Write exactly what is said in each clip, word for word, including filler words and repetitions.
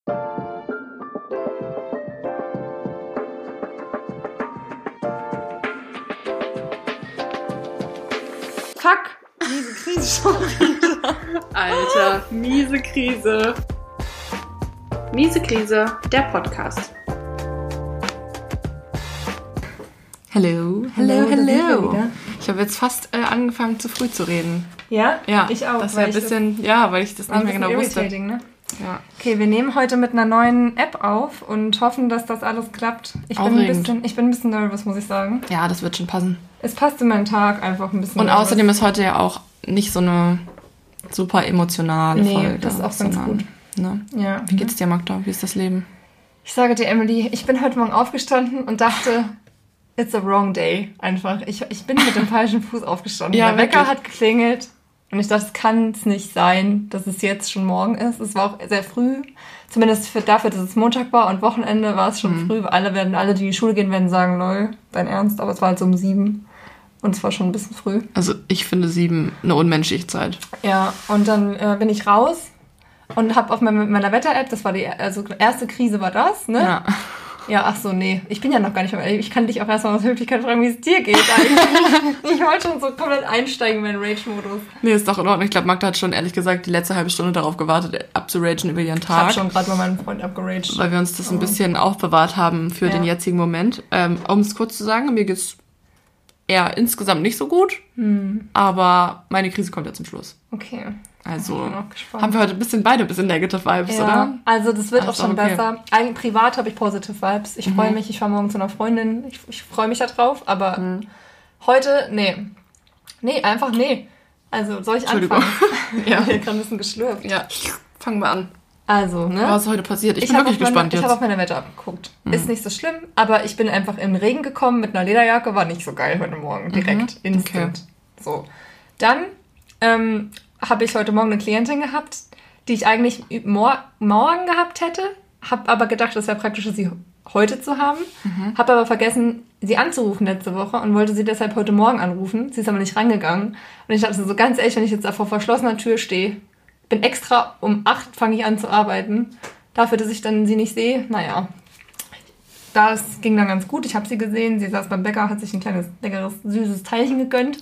Fuck, miese Krise schon wieder. Alter, miese Krise. Miese Krise, der Podcast. Hello, hello, hello. Ich habe jetzt fast äh, angefangen, zu früh zu reden. Ja? Ja, ich auch. Das war ein bisschen, das, ja, weil ich das nicht mehr genau wusste. Ne? Ja. Okay, wir nehmen heute mit einer neuen App auf und hoffen, dass das alles klappt. Ich bin, ein bisschen, ich bin ein bisschen nervös, muss ich sagen. Ja, das wird schon passen. Es passt in meinen Tag einfach ein bisschen. Und nervös. Außerdem ist heute ja auch nicht so eine super emotionale nee, Folge. Nee, das ist auch ganz gut. Ne? Ja. Wie geht's dir, Magda? Wie ist das Leben? Ich sage dir, Emily, ich bin heute Morgen aufgestanden und dachte, it's a wrong day. Einfach. Ich, ich bin mit dem falschen Fuß aufgestanden. Ja, Der Wecker wirklich. hat geklingelt und ich dachte, es kann es nicht sein, dass es jetzt schon morgen ist. Es war auch sehr früh. Zumindest für, dafür, dass es Montag war und Wochenende war es schon mhm. früh. Alle werden, alle, die in die Schule gehen, werden sagen, lol, dein Ernst. Aber es war halt so um sieben. Und es war schon ein bisschen früh. Also ich finde sieben eine unmenschliche Zeit. Ja, und dann äh, bin ich raus und habe auf meiner, meiner Wetter-App, das war die also erste Krise war das, ne? Ja. Ja, ach so, nee. Ich bin ja noch gar nicht, ich kann dich auch erstmal aus Höflichkeit fragen, wie es dir geht eigentlich. Ich wollte schon so komplett einsteigen in meinen Rage-Modus. Nee, ist doch in Ordnung. Ich glaube, Magda hat schon ehrlich gesagt die letzte halbe Stunde darauf gewartet, abzuragen über ihren Tag. Ich habe schon gerade mal meinen Freund abgeraged. Weil wir uns das ein bisschen aufbewahrt haben für ja. den jetzigen Moment. Ähm, um es kurz zu sagen, mir geht's eher insgesamt nicht so gut, hm. aber meine Krise kommt ja zum Schluss. Okay. Also haben wir heute ein bisschen beide ein bisschen Negative Vibes, ja, oder? Also das wird also auch schon okay. besser. Eigentlich privat habe ich Positive Vibes. Ich mhm. freue mich, ich fahre morgen zu einer Freundin. Ich, ich freue mich da drauf, aber mhm. heute, nee. Nee, einfach nee. Also soll ich anfangen? ja. Ich habe gerade ein bisschen geschlürft. Ja, fangen wir an. Also, ne? Was ist heute passiert? Ich, ich bin wirklich meine, gespannt ich jetzt. Ich habe auf meine Wetter abgeguckt. Mhm. Ist nicht so schlimm, aber ich bin einfach im Regen gekommen mit einer Lederjacke. War nicht so geil heute Morgen. Direkt, mhm. instant. Okay. So. Dann ähm, habe ich heute Morgen eine Klientin gehabt, die ich eigentlich mor- morgen gehabt hätte. Habe aber gedacht, es wäre praktischer, sie heute zu haben. Mhm. Habe aber vergessen, sie anzurufen letzte Woche und wollte sie deshalb heute Morgen anrufen. Sie ist aber nicht rangegangen. Und ich dachte so, ganz ehrlich, wenn ich jetzt da vor verschlossener Tür stehe, bin extra um acht fange ich an zu arbeiten. Dafür, dass ich dann sie nicht sehe, naja. Das ging dann ganz gut. Ich habe sie gesehen. Sie saß beim Bäcker, hat sich ein kleines, leckeres, süßes Teilchen gegönnt.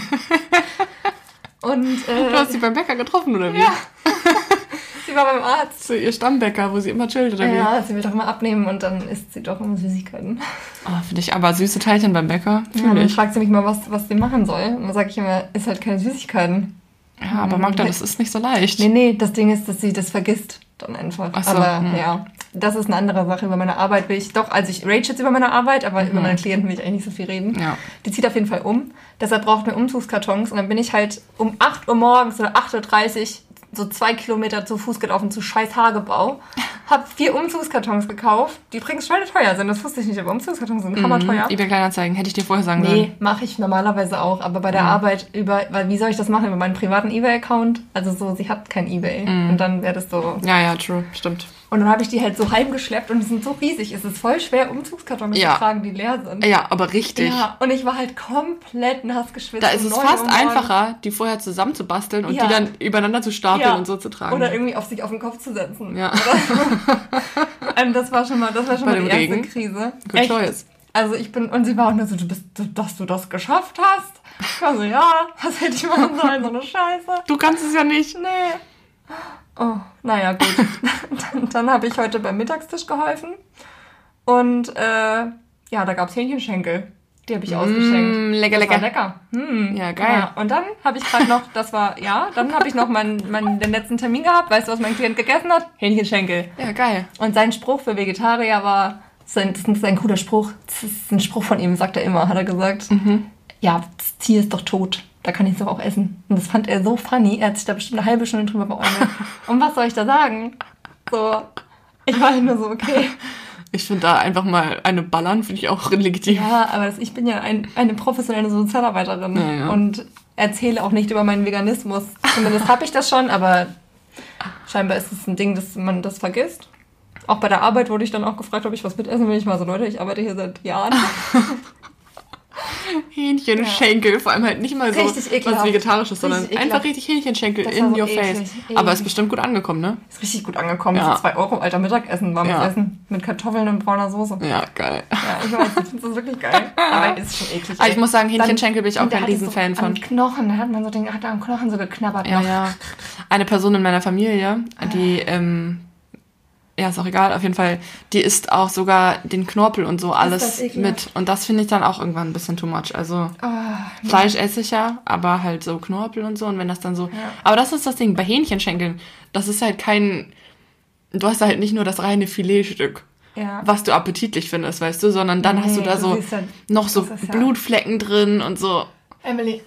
Und, äh, du hast sie beim Bäcker getroffen, oder wie? Ja. Sie war beim Arzt. So ihr Stammbäcker, wo sie immer chillt, oder wie? Ja, sie will doch immer abnehmen und dann isst sie doch immer Süßigkeiten. Oh, finde ich aber süße Teilchen beim Bäcker. Ja, dann fragt sie mich mal, was, was sie machen soll. Und dann sage ich immer, isst halt keine Süßigkeiten. Ja, aber Magda, das ist nicht so leicht. Nee, nee, das Ding ist, dass sie das vergisst dann einfach. Ach so, aber hm. ja, das ist eine andere Sache. Über meine Arbeit will ich doch, also ich rage jetzt über meine Arbeit, aber mhm. über meine Klienten will ich eigentlich nicht so viel reden. Ja. Die zieht auf jeden Fall um. Deshalb braucht mir Umzugskartons und dann bin ich halt um acht Uhr morgens oder acht Uhr dreißig so zwei Kilometer zu Fuß gelaufen zu scheiß Hagebau. Hab vier Umzugskartons gekauft, die übrigens schwer teuer sind. Das wusste ich nicht, aber Umzugskartons sind hammerteuer. eBay Kleinanzeigen, hätte ich dir vorher sagen nee, sollen. Nee, mache ich normalerweise auch, aber bei der mhm. Arbeit über, weil wie soll ich das machen? Über meinen privaten eBay-Account? Also so, sie hat kein eBay. Mhm. Und dann wäre das so... Ja, ja, true, stimmt. Und dann habe ich die halt so heimgeschleppt und die sind so riesig. Es ist voll schwer, Umzugskartons ja. zu tragen, die leer sind. Ja, aber richtig. Ja, und ich war halt komplett nass geschwitzt. Da ist es fast einfacher, die vorher zusammenzubasteln und ja. die dann übereinander zu stapeln ja. und so zu tragen. Oder irgendwie auf sich auf den Kopf zu setzen. Ja. Und das war schon mal, das war schon Bei mal die erste Regen. Krise. Good Echt. choice. Also ich bin, und sie war auch nur so, du bist, dass du das geschafft hast. Ich war so, ja, was hätte ich machen sollen, so eine Scheiße. Du kannst es ja nicht. Nee. Oh, naja, gut. dann dann habe ich heute beim Mittagstisch geholfen. Und äh, ja, da gab es Hähnchenschenkel. Die habe ich mm, ausgeschenkt. Lecker, das lecker. War lecker. Mm, ja, geil. Ja. Und dann habe ich gerade noch, das war, ja, dann habe ich noch meinen, meinen, den letzten Termin gehabt. Weißt du, was mein Klient gegessen hat? Hähnchenschenkel. Ja, geil. Und sein Spruch für Vegetarier war, sein, das ist ein cooler Spruch, das ist ein Spruch von ihm, sagt er immer, hat er gesagt. Mhm. Ja, das Tier ist doch tot. Da kann ich es doch auch essen. Und das fand er so funny. Er hat sich da bestimmt eine halbe Stunde drüber beäumelt. Und was soll ich da sagen? So, ich war halt nur so, okay. Ich finde da einfach mal eine ballern, finde ich auch legitim. Ja, aber das, ich bin ja ein, eine professionelle Sozialarbeiterin ja, ja. und erzähle auch nicht über meinen Veganismus. Zumindest habe ich das schon, aber scheinbar ist es ein Ding, dass man das vergisst. Auch bei der Arbeit wurde ich dann auch gefragt, ob ich was mitessen will. Ich war so, Leute, ich arbeite hier seit Jahren. Hähnchenschenkel, ja. Vor allem halt nicht mal so richtig was Vegetarisches, sondern richtig einfach richtig Hähnchenschenkel in so your eklig. Face. Eklig. Aber ist bestimmt gut angekommen, ne? Ist richtig gut angekommen. Ja. Für zwei Euro alter Mittagessen warmes ja. Essen mit Kartoffeln und brauner Soße. Ja, geil. Ja, ich weiß, ich finde das wirklich geil. Aber ist schon eklig. Also ich muss sagen, Hähnchenschenkel bin ich auch kein Riesenfan so von. An Knochen, da hat man so den, hat am Knochen so geknabbert. Ja, noch. ja. Eine Person in meiner Familie, die, ähm, ja, ist auch egal, auf jeden Fall, die isst auch sogar den Knorpel und so alles mit. Und das finde ich dann auch irgendwann ein bisschen too much. Also oh, nee. Fleisch esse ich ja, aber halt so Knorpel und so. Und wenn das dann so... Ja. Aber das ist das Ding, bei Hähnchenschenkeln, das ist halt kein... Du hast halt nicht nur das reine Filetstück, ja. was du appetitlich findest, weißt du, sondern dann nee, hast du da so ja, noch so Blutflecken ja. drin und so... Emily...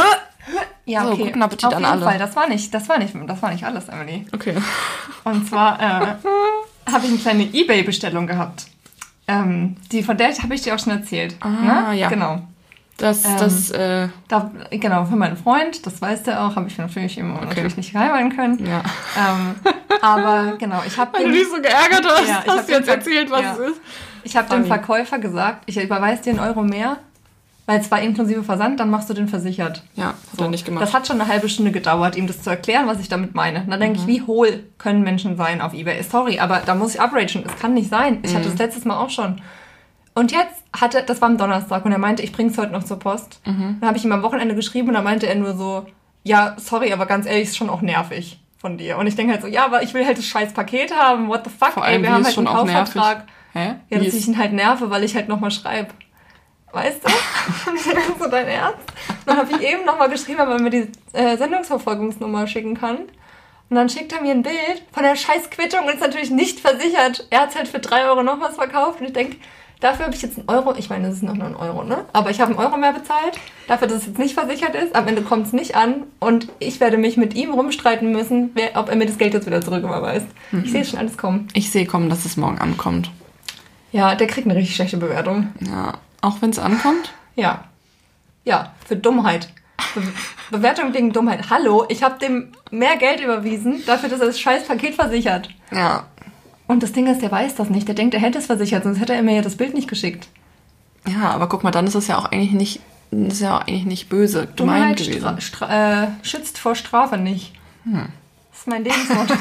Ja, okay. So, guten Appetit Auf an jeden alle. Fall, das war nicht, das war nicht, das war nicht alles, Emily. Okay. Und zwar äh, habe ich eine kleine eBay-Bestellung gehabt. Ähm, die, von der habe ich dir auch schon erzählt. Ah, ne? ja. Genau. Das, ähm, das, äh... Da, genau, für meinen Freund, das weiß der auch, habe ich natürlich immer okay. natürlich nicht geheim halten können. Ja. Ähm, aber genau, ich habe Weil du dich so geärgert hast, ja, hast du jetzt erzählt, was ja. es ist. Ich habe dem Verkäufer gesagt, ich überweise dir einen Euro mehr, weil es war inklusive Versand, dann machst du den versichert. Ja, hat so. er nicht gemacht. Das hat schon eine halbe Stunde gedauert, ihm das zu erklären, was ich damit meine. Und dann denke mhm. ich, wie hohl können Menschen sein auf eBay? Sorry, aber da muss ich upragen. Es kann nicht sein. Ich mhm. hatte das letztes Mal auch schon. Und jetzt hatte, das war am Donnerstag und er meinte, ich bring's heute noch zur Post. Mhm. Dann habe ich ihm am Wochenende geschrieben und dann meinte er nur so, ja, sorry, aber ganz ehrlich, ist schon auch nervig von dir. Und ich denke halt so, ja, aber ich will halt das scheiß Paket haben. What the fuck, Vor allem, ey, wir haben halt schon einen Kaufvertrag. Hä? Ja, dass ich ihn halt nerve, weil ich halt nochmal schreibe. Weißt du? Und ich denke so, dein Ernst? Und dann habe ich eben nochmal geschrieben, ob er mir die äh, Sendungsverfolgungsnummer schicken kann. Und dann schickt er mir ein Bild von der scheiß Quittung und ist natürlich nicht versichert. Er hat es halt für drei Euro noch was verkauft. Und ich denke, dafür habe ich jetzt einen Euro, ich meine, das ist noch nur ein Euro, ne? Aber ich habe einen Euro mehr bezahlt, dafür, dass es jetzt nicht versichert ist. Am Ende kommt es nicht an und ich werde mich mit ihm rumstreiten müssen, wer, ob er mir das Geld jetzt wieder zurücküberweist. Mhm. Ich sehe schon alles kommen. Ich sehe kommen, dass es morgen ankommt. Ja, der kriegt eine richtig schlechte Bewertung. Ja. Auch wenn es ankommt? Ja. Ja, für Dummheit. Be- Bewertung wegen Dummheit. Hallo, ich habe dem mehr Geld überwiesen, dafür, dass er das scheiß Paket versichert. Ja. Und das Ding ist, der weiß das nicht. Der denkt, er hätte es versichert, sonst hätte er mir ja das Bild nicht geschickt. Ja, aber guck mal, dann ist es ja auch eigentlich nicht, das ist ja auch eigentlich nicht böse gemeint gewesen. Stra- stra- äh, schützt vor Strafe nicht. Hm. Das ist mein Lebensmotto.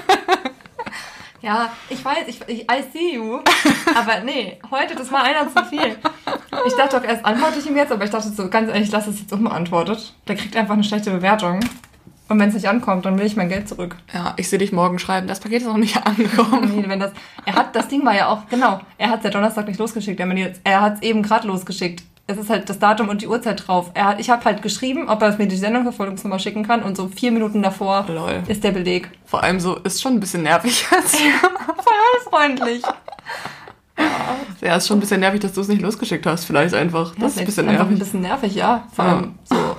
Ja, ich weiß, ich, ich I see you. Aber nee, heute, das war einer zu viel. Ich dachte auch erst, antworte ich ihm jetzt, aber ich dachte so, ganz ehrlich, ich lasse es jetzt unbeantwortet. Der kriegt einfach eine schlechte Bewertung. Und wenn es nicht ankommt, dann will ich mein Geld zurück. Ja, ich sehe dich morgen schreiben, das Paket ist noch nicht angekommen. Nee, wenn das, er hat, das Ding war ja auch, genau, er hat es ja Donnerstag nicht losgeschickt. Er hat es eben gerade losgeschickt. Es ist halt das Datum und die Uhrzeit drauf. Er hat, ich habe halt geschrieben, ob er mir die Sendungsverfolgungsnummer schicken kann und so vier Minuten davor Lol. ist der Beleg. Vor allem so, ist schon ein bisschen nervig. Voll freundlich. Ja. Ja, ist schon ein bisschen nervig, dass du es nicht losgeschickt hast. Vielleicht einfach. Das ja, ist ein bisschen nervig. Einfach ein bisschen nervig, ja. Vor allem ja. so.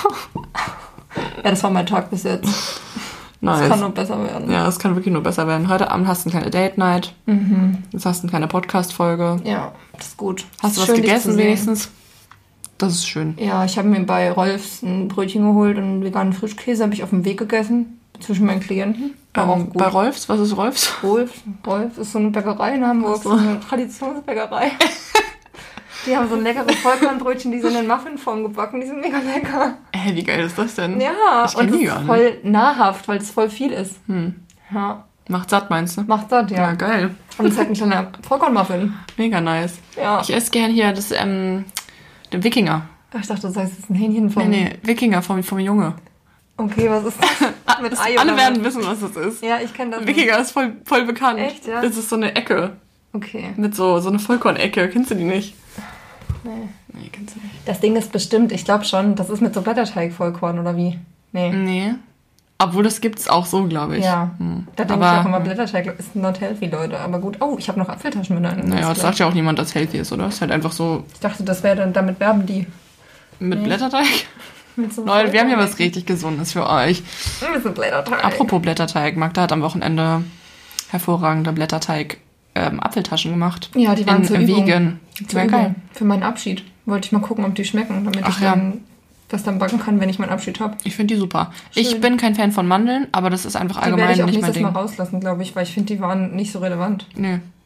Ja, das war mein Tag bis jetzt. Nice. Das kann nur besser werden. Ja, es kann wirklich nur besser werden. Heute Abend hast du eine kleine Date-Night. Mhm. Jetzt hast du eine kleine Podcast-Folge. Ja, das ist gut. Hast das du was gegessen wenigstens? Das ist schön. Ja, ich habe mir bei Rolfs ein Brötchen geholt und einen veganen Frischkäse habe ich auf dem Weg gegessen. Zwischen meinen Klienten. War ähm, auch gut. Bei Rolfs? Was ist Rolfs? Rolf, Rolf ist so eine Bäckerei in Hamburg. So. So eine Traditionsbäckerei. Die haben so ein leckeres Vollkornbrötchen, die sind in Muffinform gebacken, die sind mega lecker. Hä, wie geil ist das denn? Ja, ich und die es ist voll nahrhaft, weil es voll viel ist. Hm. Ja. Macht satt, meinst du? Macht satt, ja. Ja, geil. Und es ist halt ein kleiner Vollkornmuffin. Mega nice. Ja. Ich esse gern hier das, ähm, den Wikinger. Ach, ich dachte, du sagst, es ist ein Hähnchen vom... Nee, nee, Wikinger vom, vom Junge. Okay, was ist das? Mit Ei Alle oder werden was? wissen, was das ist. Ja, ich kenne das. Wikinger ist voll, voll bekannt. Echt, ja? Das ist so eine Ecke. Okay. Mit so, so eine Vollkornecke. Kennst du die nicht? Nee. Nee, kennst du nicht. Das Ding ist bestimmt, ich glaube schon, das ist mit so Blätterteig-Vollkorn, oder wie? Nee. Nee. Obwohl, das gibt's auch so, glaube ich. Ja. Hm. Da denke ich auch immer, Blätterteig ist not healthy, Leute. Aber gut. Oh, ich habe noch Apfeltaschen mit einem. Naja, das sagt ja auch niemand, dass healthy ist, oder? Das ist halt einfach so... Ich dachte, das wäre dann, damit werben die. Mit nee. Blätterteig? Mit so Leute, wir haben ja was richtig Gesundes für euch. Mit so Blätterteig. Apropos Blätterteig, Magda hat am Wochenende hervorragende Blätterteig ähm, Apfeltaschen gemacht. Ja, die waren in, zur in Übung. Vegan. Die waren geil. Für meinen Abschied wollte ich mal gucken, ob die schmecken, damit Ach, ich dann ja. das dann backen kann, wenn ich meinen Abschied habe. Ich finde die super. Schön. Ich bin kein Fan von Mandeln, aber das ist einfach allgemein nicht mein Ding. Die werde ich auch nächstes Mal rauslassen, glaube ich, weil ich finde, die waren nicht so relevant. Nee.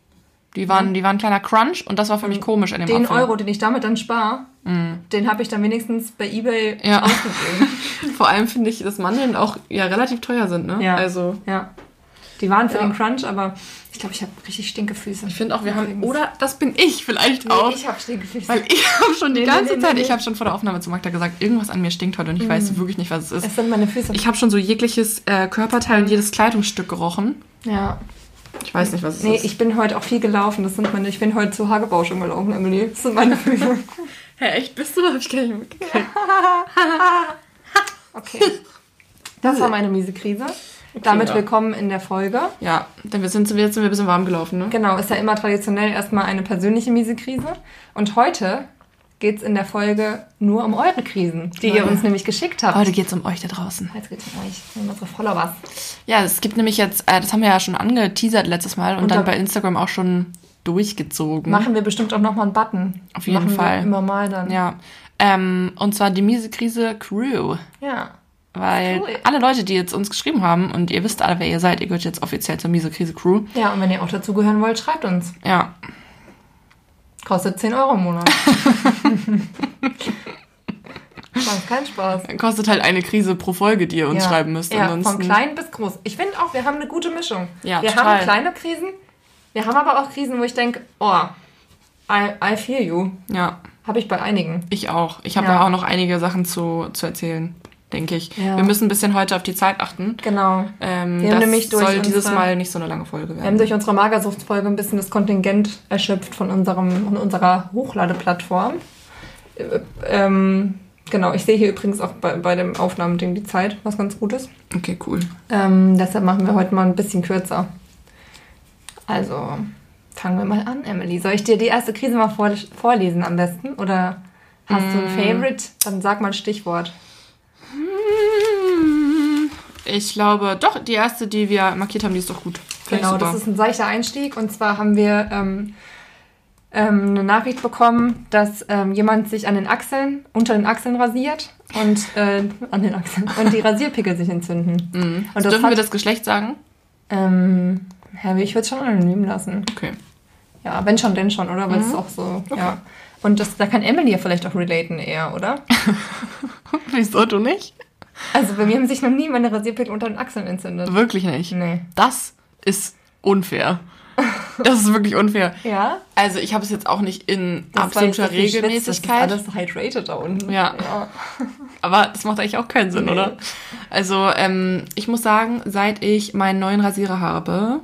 Die waren, ja. die waren ein kleiner Crunch und das war für mich komisch in dem Den Apfel. Euro, den ich damit dann spare, mm. den habe ich dann wenigstens bei eBay ja. ausgegeben. Vor allem finde ich, dass Mandeln auch ja relativ teuer sind, ne? Ja. Also. Ja. Die waren für ja. den Crunch, aber ich glaube, ich habe richtig Stinkefüße. Ich finde auch, wir haben, oder das bin ich vielleicht nee, auch. ich habe Stinkefüße. Weil ich habe schon die nee, ganze nee, nee, Zeit, nee. ich habe schon vor der Aufnahme zu Magda gesagt, irgendwas an mir stinkt heute und ich mm. weiß wirklich nicht, was es ist. Es sind meine Füße. Ich habe schon so jegliches äh, Körperteil und jedes Kleidungsstück gerochen. Ja. Ich weiß nicht, was es nee, ist. Nee, ich bin heute auch viel gelaufen. Das sind meine, ich bin heute zu Hagebau schon gelaufen, Emily. Das sind meine Füße. Hä, hey, echt? Bist du? Hab ich gar nicht mitgekriegt. Okay. Das war meine miese Krise. Okay, Damit ja. willkommen in der Folge. Ja, denn wir sind, jetzt sind wir ein bisschen warm gelaufen, ne? Genau, ist ja immer traditionell erstmal eine persönliche miese Krise. Und heute geht es in der Folge nur um eure Krisen, die ja. ihr uns nämlich geschickt habt. Heute geht es um euch da draußen. Heute geht es um euch, um unsere Followers. Ja, es gibt nämlich jetzt, äh, das haben wir ja schon angeteasert letztes Mal und, und dann bei Instagram auch schon durchgezogen. Machen wir bestimmt auch nochmal einen Button. Auf jeden machen Fall. Wir immer mal dann. Ja, ähm, und zwar die miese Krise Crew. Ja. Weil cool. alle Leute, die jetzt uns geschrieben haben und ihr wisst alle, wer ihr seid, ihr gehört jetzt offiziell zur miese Krise Crew. Ja, und wenn ihr auch dazugehören wollt, schreibt uns. Ja. Kostet zehn Euro im Monat. Macht keinen Spaß. Kostet halt eine Krise pro Folge, die ihr uns ja. schreiben müsst. Ja, ansonsten. von klein bis groß. Ich finde auch, wir haben eine gute Mischung. Ja, wir total. haben kleine Krisen, wir haben aber auch Krisen, wo ich denke, oh, I, I feel you. Ja. Habe ich bei einigen. Ich auch. Ich habe ja. da auch noch einige Sachen zu, zu erzählen, denke ich. Ja. Wir müssen ein bisschen heute auf die Zeit achten. Genau. Ähm, wir das haben nämlich durch soll unsere, dieses Mal nicht so eine lange Folge werden. Wir haben durch unsere Magersuchtsfolge ein bisschen das Kontingent erschöpft von, unserem, von unserer Hochladeplattform. Äh, ähm, genau, ich sehe hier übrigens auch bei, bei dem Aufnahmeding die Zeit, was ganz gut ist. Okay, cool. Ähm, deshalb machen wir heute mal ein bisschen kürzer. Also, fangen wir mal an, Emily. Soll ich dir die erste Krise mal vor, vorlesen am besten? Oder hast mm. du ein Favorite? Dann sag mal ein Stichwort. Ich glaube, doch, die erste, die wir markiert haben, die ist doch gut. Find genau, das ist ein seichter Einstieg. Und zwar haben wir ähm, ähm, eine Nachricht bekommen, dass ähm, jemand sich an den Achseln, unter den Achseln rasiert und äh, an den Achseln und die Rasierpickel sich entzünden. Mhm. Und das dürfen hat, wir das Geschlecht sagen? Ähm, ja, ich würde es schon anonym lassen. Okay. Ja, wenn schon, denn schon, oder? Weil es mhm. ist auch so, okay. ja. Und das, da kann Emily ja vielleicht auch relaten eher, oder? Wieso, du nicht? Also bei mir haben sich noch nie meine Rasierpickel unter den Achseln entzündet. Wirklich nicht? Nee. Das ist unfair. Das ist wirklich unfair. Ja? Also ich habe es jetzt auch nicht in das absoluter Regelmäßigkeit. Das ist alles hydrated da unten. Ja. ja. Aber das macht eigentlich auch keinen Sinn, nee. oder? Also ähm, ich muss sagen, seit ich meinen neuen Rasierer habe,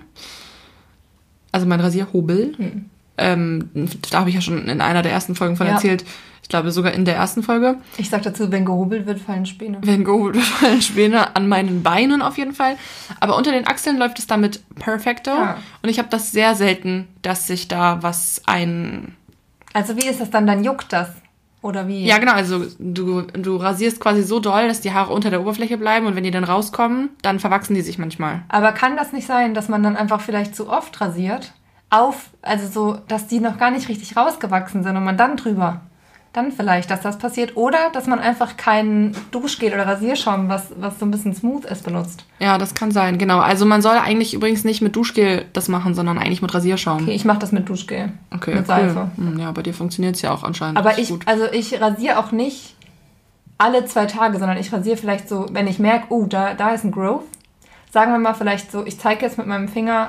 also meinen Rasierhobel, hm. ähm, da habe ich ja schon in einer der ersten Folgen von ja. erzählt, ich glaube sogar in der ersten Folge. Ich sag dazu, wenn gehobelt wird, fallen Späne. Wenn gehobelt wird, fallen Späne an meinen Beinen auf jeden Fall. Aber unter den Achseln läuft es damit perfekto. Ja. Und ich habe das sehr selten, dass sich da was ein... Also wie ist das dann? Dann juckt das? Oder wie? Ja, genau. Also du, du rasierst quasi so doll, dass die Haare unter der Oberfläche bleiben. Und wenn die dann rauskommen, dann verwachsen die sich manchmal. Aber kann das nicht sein, dass man dann einfach vielleicht zu oft rasiert? Auf, also so, dass die noch gar nicht richtig rausgewachsen sind und man dann drüber... Dann vielleicht, dass das passiert. Oder, dass man einfach kein Duschgel oder Rasierschaum, was, was so ein bisschen smooth ist, benutzt. Ja, das kann sein, genau. Also man soll eigentlich übrigens nicht mit Duschgel das machen, sondern eigentlich mit Rasierschaum. Okay, ich mache das mit Duschgel. Okay, mit cool. Seife. Ja, bei dir funktioniert es ja auch anscheinend. Aber ich, gut. also ich rasiere auch nicht alle zwei Tage, sondern ich rasiere vielleicht so, wenn ich merke, oh, da, da ist ein Growth. Sagen wir mal vielleicht so, ich zeige jetzt mit meinem Finger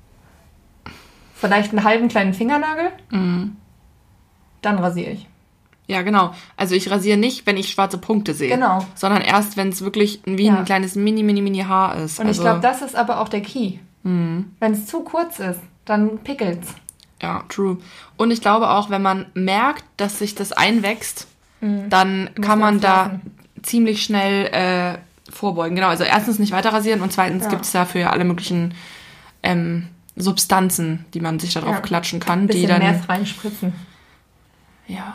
vielleicht einen halben kleinen Fingernagel. Mhm. Dann rasiere ich. Ja, genau. Also ich rasiere nicht, wenn ich schwarze Punkte sehe. Genau. Sondern erst, wenn es wirklich wie ja. ein kleines mini, mini, mini Haar ist. Und also, ich glaube, das ist aber auch der Key. Mhm. Wenn es zu kurz ist, dann pickelt's. Ja, true. Und ich glaube auch, wenn man merkt, dass sich das einwächst, mhm. dann Muss kann man da lassen. ziemlich schnell äh, vorbeugen. Genau, also erstens nicht weiter rasieren und zweitens ja. gibt es dafür ja alle möglichen ähm, Substanzen, die man sich da drauf ja. klatschen kann. Ein bisschen die dann mehr reinspritzen. Ja.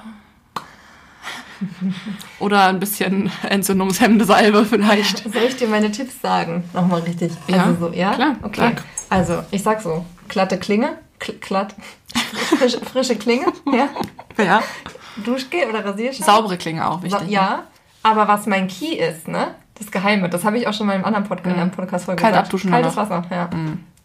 Oder ein bisschen entzündungshemmende Salbe vielleicht. Soll ich dir meine Tipps sagen? Nochmal richtig. Ja, also so, ja? klar. Okay. Klar. Also, ich sag so, glatte Klinge, Kl- glatt, frische, frische Klinge, ja. Ja. Duschgel oder Rasierschaum. Saubere Klinge auch wichtig. So, ja, aber was mein Key ist, ne, das Geheime, das habe ich auch schon mal in einem anderen Podcast, in einem Podcast vorher Kalt gesagt. abduschen. Kaltes Wasser, ja. Mm.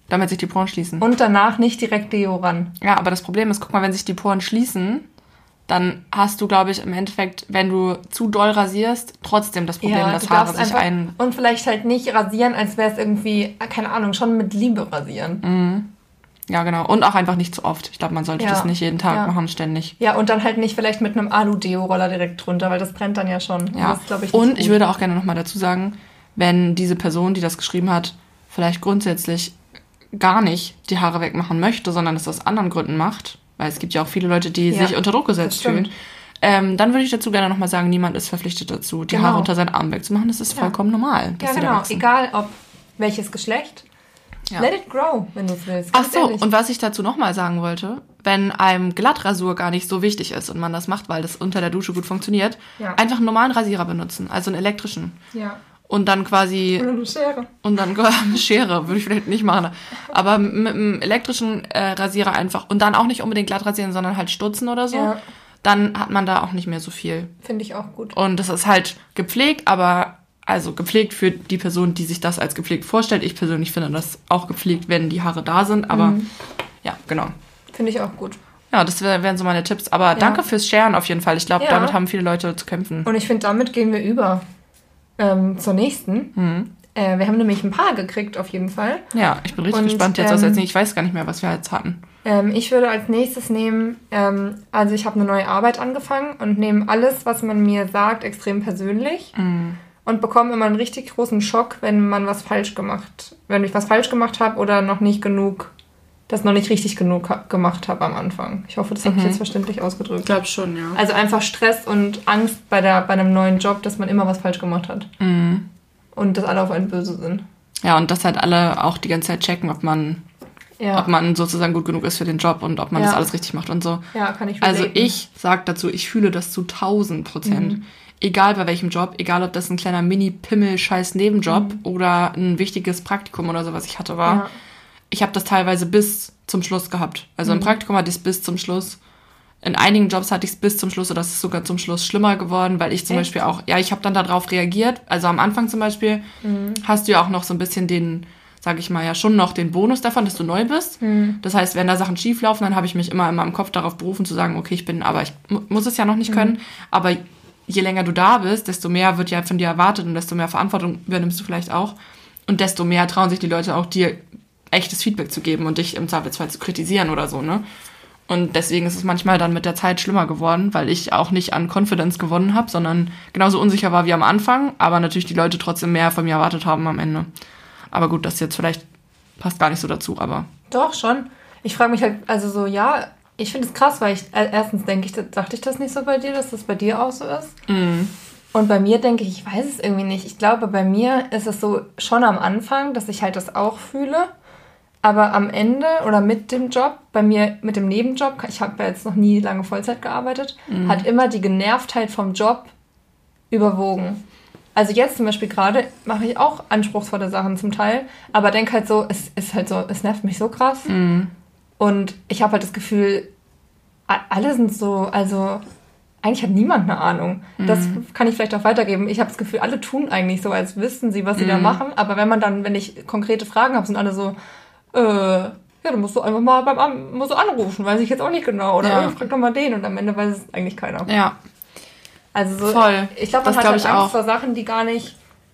damit sich die Poren schließen. Und danach nicht direkt Deo ran. Ja, aber das Problem ist, guck mal, wenn sich die Poren schließen, dann hast du, glaube ich, im Endeffekt, wenn du zu doll rasierst, trotzdem das Problem, ja, dass Haare sich ein... Und vielleicht halt nicht rasieren, als wäre es irgendwie, keine Ahnung, schon mit Liebe rasieren. Mhm. Ja, genau. Und auch einfach nicht zu oft. Ich glaube, man sollte ja. das nicht jeden Tag ja. machen, ständig. Ja, und dann halt nicht vielleicht mit einem Alu-Deo-Roller direkt drunter, weil das brennt dann ja schon. Ja. Das ist, ich, und ich würde auch gerne nochmal dazu sagen, wenn diese Person, die das geschrieben hat, vielleicht grundsätzlich gar nicht die Haare wegmachen möchte, sondern es aus anderen Gründen macht, weil es gibt ja auch viele Leute, die ja, sich unter Druck gesetzt fühlen, ähm, dann würde ich dazu gerne nochmal sagen, niemand ist verpflichtet dazu, die genau. Haare unter seinen Armen wegzumachen. Das ist ja. vollkommen normal. Dass ja, genau. Egal, ob welches Geschlecht. Ja. Let it grow, wenn du es willst. Ach so, ehrlich. Und was ich dazu nochmal sagen wollte, wenn einem Glattrasur gar nicht so wichtig ist und man das macht, weil das unter der Dusche gut funktioniert, ja. einfach einen normalen Rasierer benutzen, also einen elektrischen. Ja. Und dann quasi... Oder eine Schere. Und dann eine Schere, würde ich vielleicht nicht machen. Aber mit einem elektrischen äh, Rasierer einfach. Und dann auch nicht unbedingt glatt rasieren, sondern halt stutzen oder so. Ja. Dann hat man da auch nicht mehr so viel. Finde ich auch gut. Und das ist halt gepflegt, aber... Also gepflegt für die Person, die sich das als gepflegt vorstellt. Ich persönlich finde das auch gepflegt, wenn die Haare da sind. Aber mhm. ja, genau. Finde ich auch gut. Ja, das wär, wären so meine Tipps. Aber ja. danke fürs Sharen auf jeden Fall. Ich glaube, ja. damit haben viele Leute zu kämpfen. Und ich finde, damit gehen wir über ähm, zur nächsten. Mhm. Äh, wir haben nämlich ein paar gekriegt auf jeden Fall. Ja, ich bin richtig Und, gespannt jetzt. Ähm, also ich weiß gar nicht mehr, was wir jetzt hatten. Ähm, ich würde als nächstes nehmen, ähm, also ich habe eine neue Arbeit angefangen und nehme alles, was man mir sagt, extrem persönlich. Mhm. Und bekomme immer einen richtig großen Schock, wenn man was falsch gemacht, wenn ich was falsch gemacht habe oder noch nicht genug, das noch nicht richtig genug ha- gemacht habe am Anfang. Ich hoffe, das habe mhm. ich jetzt verständlich ausgedrückt. Ich glaube schon, ja. Also einfach Stress und Angst bei der bei einem neuen Job, dass man immer was falsch gemacht hat. Mhm. Und dass alle auf einen böse sind. Ja, und dass halt alle auch die ganze Zeit checken, ob man, ja. ob man sozusagen gut genug ist für den Job und ob man ja. das alles richtig macht und so. Ja, kann ich relaten. Also ich sag dazu, ich fühle das zu tausend Prozent. Mhm. Egal bei welchem Job, egal ob das ein kleiner Mini-Pimmel-Scheiß-Nebenjob mhm. oder ein wichtiges Praktikum oder so, was ich hatte, war. Ja. Ich habe das teilweise bis zum Schluss gehabt. Also mhm. im Praktikum hatte ich es bis zum Schluss. In einigen Jobs hatte ich es bis zum Schluss oder es ist sogar zum Schluss schlimmer geworden, weil ich zum Echt? Beispiel auch, ja, ich habe dann darauf reagiert. Also am Anfang zum Beispiel mhm. hast du ja auch noch so ein bisschen den, sag ich mal, ja schon noch den Bonus davon, dass du neu bist. Mhm. Das heißt, wenn da Sachen schief laufen, dann habe ich mich immer in meinem Kopf darauf berufen zu sagen, okay, ich bin, aber ich mu- muss es ja noch nicht mhm. können, aber je länger du da bist, desto mehr wird ja von dir erwartet und desto mehr Verantwortung übernimmst du vielleicht auch. Und desto mehr trauen sich die Leute auch, dir echtes Feedback zu geben und dich im Zweifelsfall zu kritisieren oder so, ne? Und deswegen ist es manchmal dann mit der Zeit schlimmer geworden, weil ich auch nicht an Confidence gewonnen habe, sondern genauso unsicher war wie am Anfang, aber natürlich die Leute trotzdem mehr von mir erwartet haben am Ende. Aber gut, das jetzt vielleicht passt gar nicht so dazu, aber... Doch, schon. Ich frage mich halt, also so, ja... Ich finde es krass, weil ich, äh, erstens denke ich, dachte ich das nicht so bei dir, dass das bei dir auch so ist. Mm. Und bei mir denke ich, ich weiß es irgendwie nicht. Ich glaube, bei mir ist es so schon am Anfang, dass ich halt das auch fühle. Aber am Ende oder mit dem Job, bei mir mit dem Nebenjob, ich habe ja jetzt noch nie lange Vollzeit gearbeitet, mm. hat immer die Genervtheit vom Job überwogen. Also jetzt zum Beispiel gerade mache ich auch anspruchsvolle Sachen zum Teil, aber denke halt so, es ist halt so, es nervt mich so krass. Mm. Und ich habe halt das Gefühl, alle sind so, also eigentlich hat niemand eine Ahnung. Das mhm. kann ich vielleicht auch weitergeben. Ich habe das Gefühl, alle tun eigentlich so, als wüssten sie, was sie mhm. da machen. Aber wenn man dann, wenn ich konkrete Fragen habe, sind alle so, äh, ja, dann musst du einfach mal beim An- musst du anrufen, weiß ich jetzt auch nicht genau. Oder ja. frag doch mal den und am Ende weiß es eigentlich keiner. Ja. Also so, voll. Ich glaube, man das hat halt Angst auch. vor Sachen, die gar nicht...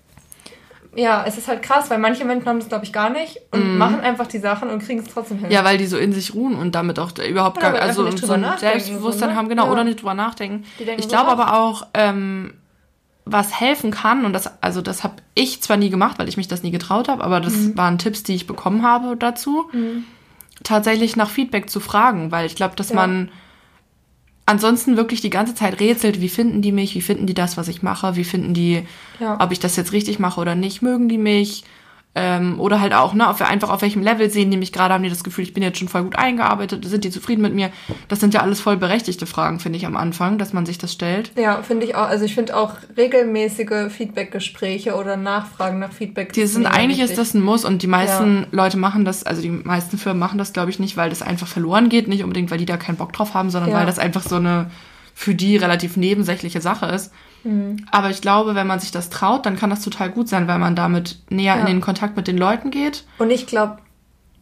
Ja, es ist halt krass, weil manche Menschen haben das, glaube ich, gar nicht und mm. machen einfach die Sachen und kriegen es trotzdem hin. Ja, weil die so in sich ruhen und damit auch überhaupt ja, gar also so ein Selbstbewusstsein so, ne? haben, genau, ja. oder nicht drüber nachdenken. Ich so glaube aber auch, ähm, was helfen kann, und das, also das habe ich zwar nie gemacht, weil ich mich das nie getraut habe, aber das mm. waren Tipps, die ich bekommen habe dazu, mm. tatsächlich nach Feedback zu fragen, weil ich glaube, dass ja. man ansonsten wirklich die ganze Zeit rätselt, wie finden die mich, wie finden die das, was ich mache, wie finden die, ja. ob ich das jetzt richtig mache oder nicht, mögen die mich, ähm, oder halt auch, ne, auf, einfach auf welchem Level sehen die mich gerade, haben die das Gefühl, ich bin jetzt schon voll gut eingearbeitet, sind die zufrieden mit mir? Das sind ja alles voll berechtigte Fragen, finde ich, am Anfang, dass man sich das stellt. Ja, finde ich auch, also ich finde auch regelmäßige Feedbackgespräche oder Nachfragen nach Feedback. Die sind, eigentlich ist das ein Muss und die meisten ja. Leute machen das, also die meisten Firmen machen das, glaube ich, nicht, weil das einfach verloren geht, nicht unbedingt, weil die da keinen Bock drauf haben, sondern ja. weil das einfach so eine für die relativ nebensächliche Sache ist. Mhm. Aber ich glaube, wenn man sich das traut, dann kann das total gut sein, weil man damit näher ja. in den Kontakt mit den Leuten geht. Und ich glaube,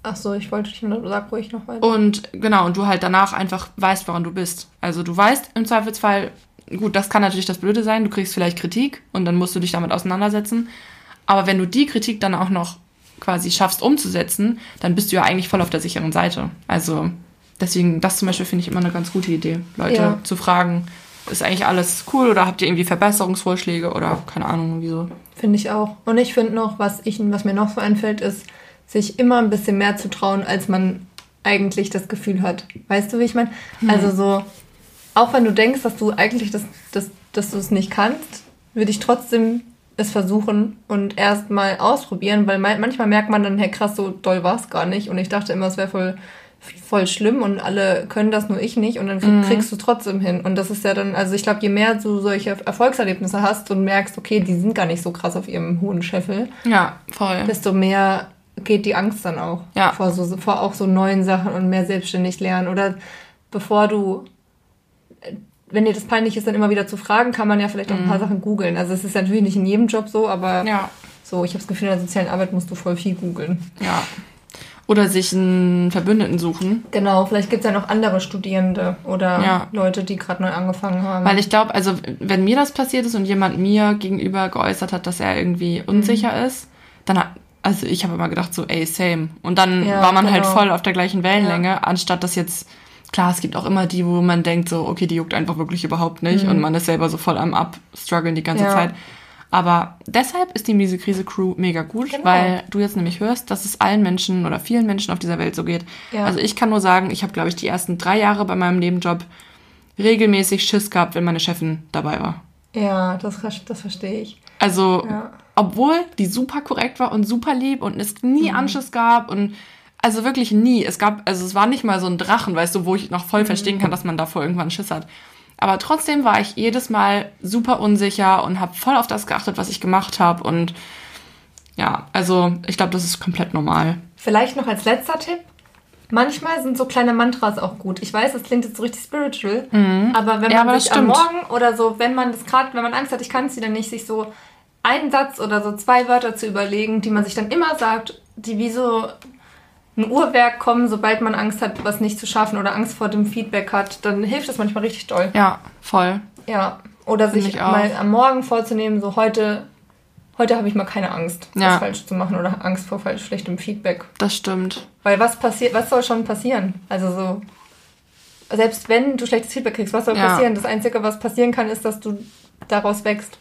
Ach so, ich wollte dich nur, sag ruhig noch weiter. Und genau, und du halt danach einfach weißt, woran du bist. Also du weißt im Zweifelsfall, gut, das kann natürlich das Blöde sein, du kriegst vielleicht Kritik und dann musst du dich damit auseinandersetzen. Aber wenn du die Kritik dann auch noch quasi schaffst umzusetzen, dann bist du ja eigentlich voll auf der sicheren Seite. Also deswegen, das zum Beispiel finde ich immer eine ganz gute Idee, Leute ja. zu fragen, ist eigentlich alles cool oder habt ihr irgendwie Verbesserungsvorschläge oder keine Ahnung, wieso? Finde ich auch. Und ich finde noch, was, ich, was mir noch so einfällt, ist, sich immer ein bisschen mehr zu trauen, als man eigentlich das Gefühl hat. Weißt du, wie ich meine? Hm. Also so, auch wenn du denkst, dass du eigentlich das, das, dass du es nicht kannst, würde ich trotzdem es versuchen und erst mal ausprobieren, weil manchmal merkt man dann, hey krass, so doll war es gar nicht und ich dachte immer, es wäre voll, voll schlimm und alle können das, nur ich nicht und dann krieg, mhm. kriegst du trotzdem hin und das ist ja dann, also ich glaube, je mehr du solche Erfolgserlebnisse hast und merkst, okay, die sind gar nicht so krass auf ihrem hohen Scheffel, ja, voll, desto mehr geht die Angst dann auch ja. vor, so, vor auch so neuen Sachen und mehr selbstständig lernen oder bevor du wenn dir das peinlich ist, dann immer wieder zu fragen, kann man ja vielleicht auch ein paar mhm. Sachen googeln. Also es ist natürlich nicht in jedem Job so, aber ja. so, ich habe das Gefühl, in der sozialen Arbeit musst du voll viel googeln. Ja. Oder sich einen Verbündeten suchen. Genau, vielleicht gibt es ja noch andere Studierende oder ja. Leute, die gerade neu angefangen haben. Weil ich glaube, also wenn mir das passiert ist und jemand mir gegenüber geäußert hat, dass er irgendwie unsicher mhm. ist, dann hat, also ich habe immer gedacht so, ey, same. Und dann ja, war man genau. halt voll auf der gleichen Wellenlänge, ja. anstatt dass jetzt... Klar, es gibt auch immer die, wo man denkt so, okay, die juckt einfach wirklich überhaupt nicht mhm. und man ist selber so voll am Abstruggeln die ganze ja. Zeit. Aber deshalb ist die Miese-Krise-Crew mega gut, genau. weil du jetzt nämlich hörst, dass es allen Menschen oder vielen Menschen auf dieser Welt so geht. Ja. Also ich kann nur sagen, ich habe, glaube ich, die ersten drei Jahre bei meinem Nebenjob regelmäßig Schiss gehabt, wenn meine Chefin dabei war. Ja, das, das verstehe ich. Also, ja. obwohl die super korrekt war und super lieb und es nie mhm. Anschiss gab und also wirklich nie. Es gab, also es war nicht mal so ein Drachen, weißt du, wo ich noch voll mhm. verstehen kann, dass man davor irgendwann Schiss hat. Aber trotzdem war ich jedes Mal super unsicher und habe voll auf das geachtet, was ich gemacht habe. Und ja, also ich glaube, das ist komplett normal. Vielleicht noch als letzter Tipp. Manchmal sind so kleine Mantras auch gut. Ich weiß, das klingt jetzt so richtig spiritual, mhm. aber wenn man ja, sich am Morgen oder so, wenn man das gerade, wenn man Angst hat, ich kann es wieder nicht, sich so einen Satz oder so zwei Wörter zu überlegen, die man sich dann immer sagt, die wie so ein Uhrwerk kommen, sobald man Angst hat, was nicht zu schaffen oder Angst vor dem Feedback hat, dann hilft das manchmal richtig doll. Ja, voll. Ja, oder Find sich mal am Morgen vorzunehmen, so heute, heute habe ich mal keine Angst, ja. was falsch zu machen oder Angst vor falsch schlechtem Feedback. Das stimmt. Weil was passiert, was soll schon passieren? Also so, selbst wenn du schlechtes Feedback kriegst, was soll ja. passieren? Das Einzige, was passieren kann, ist, dass du daraus wächst.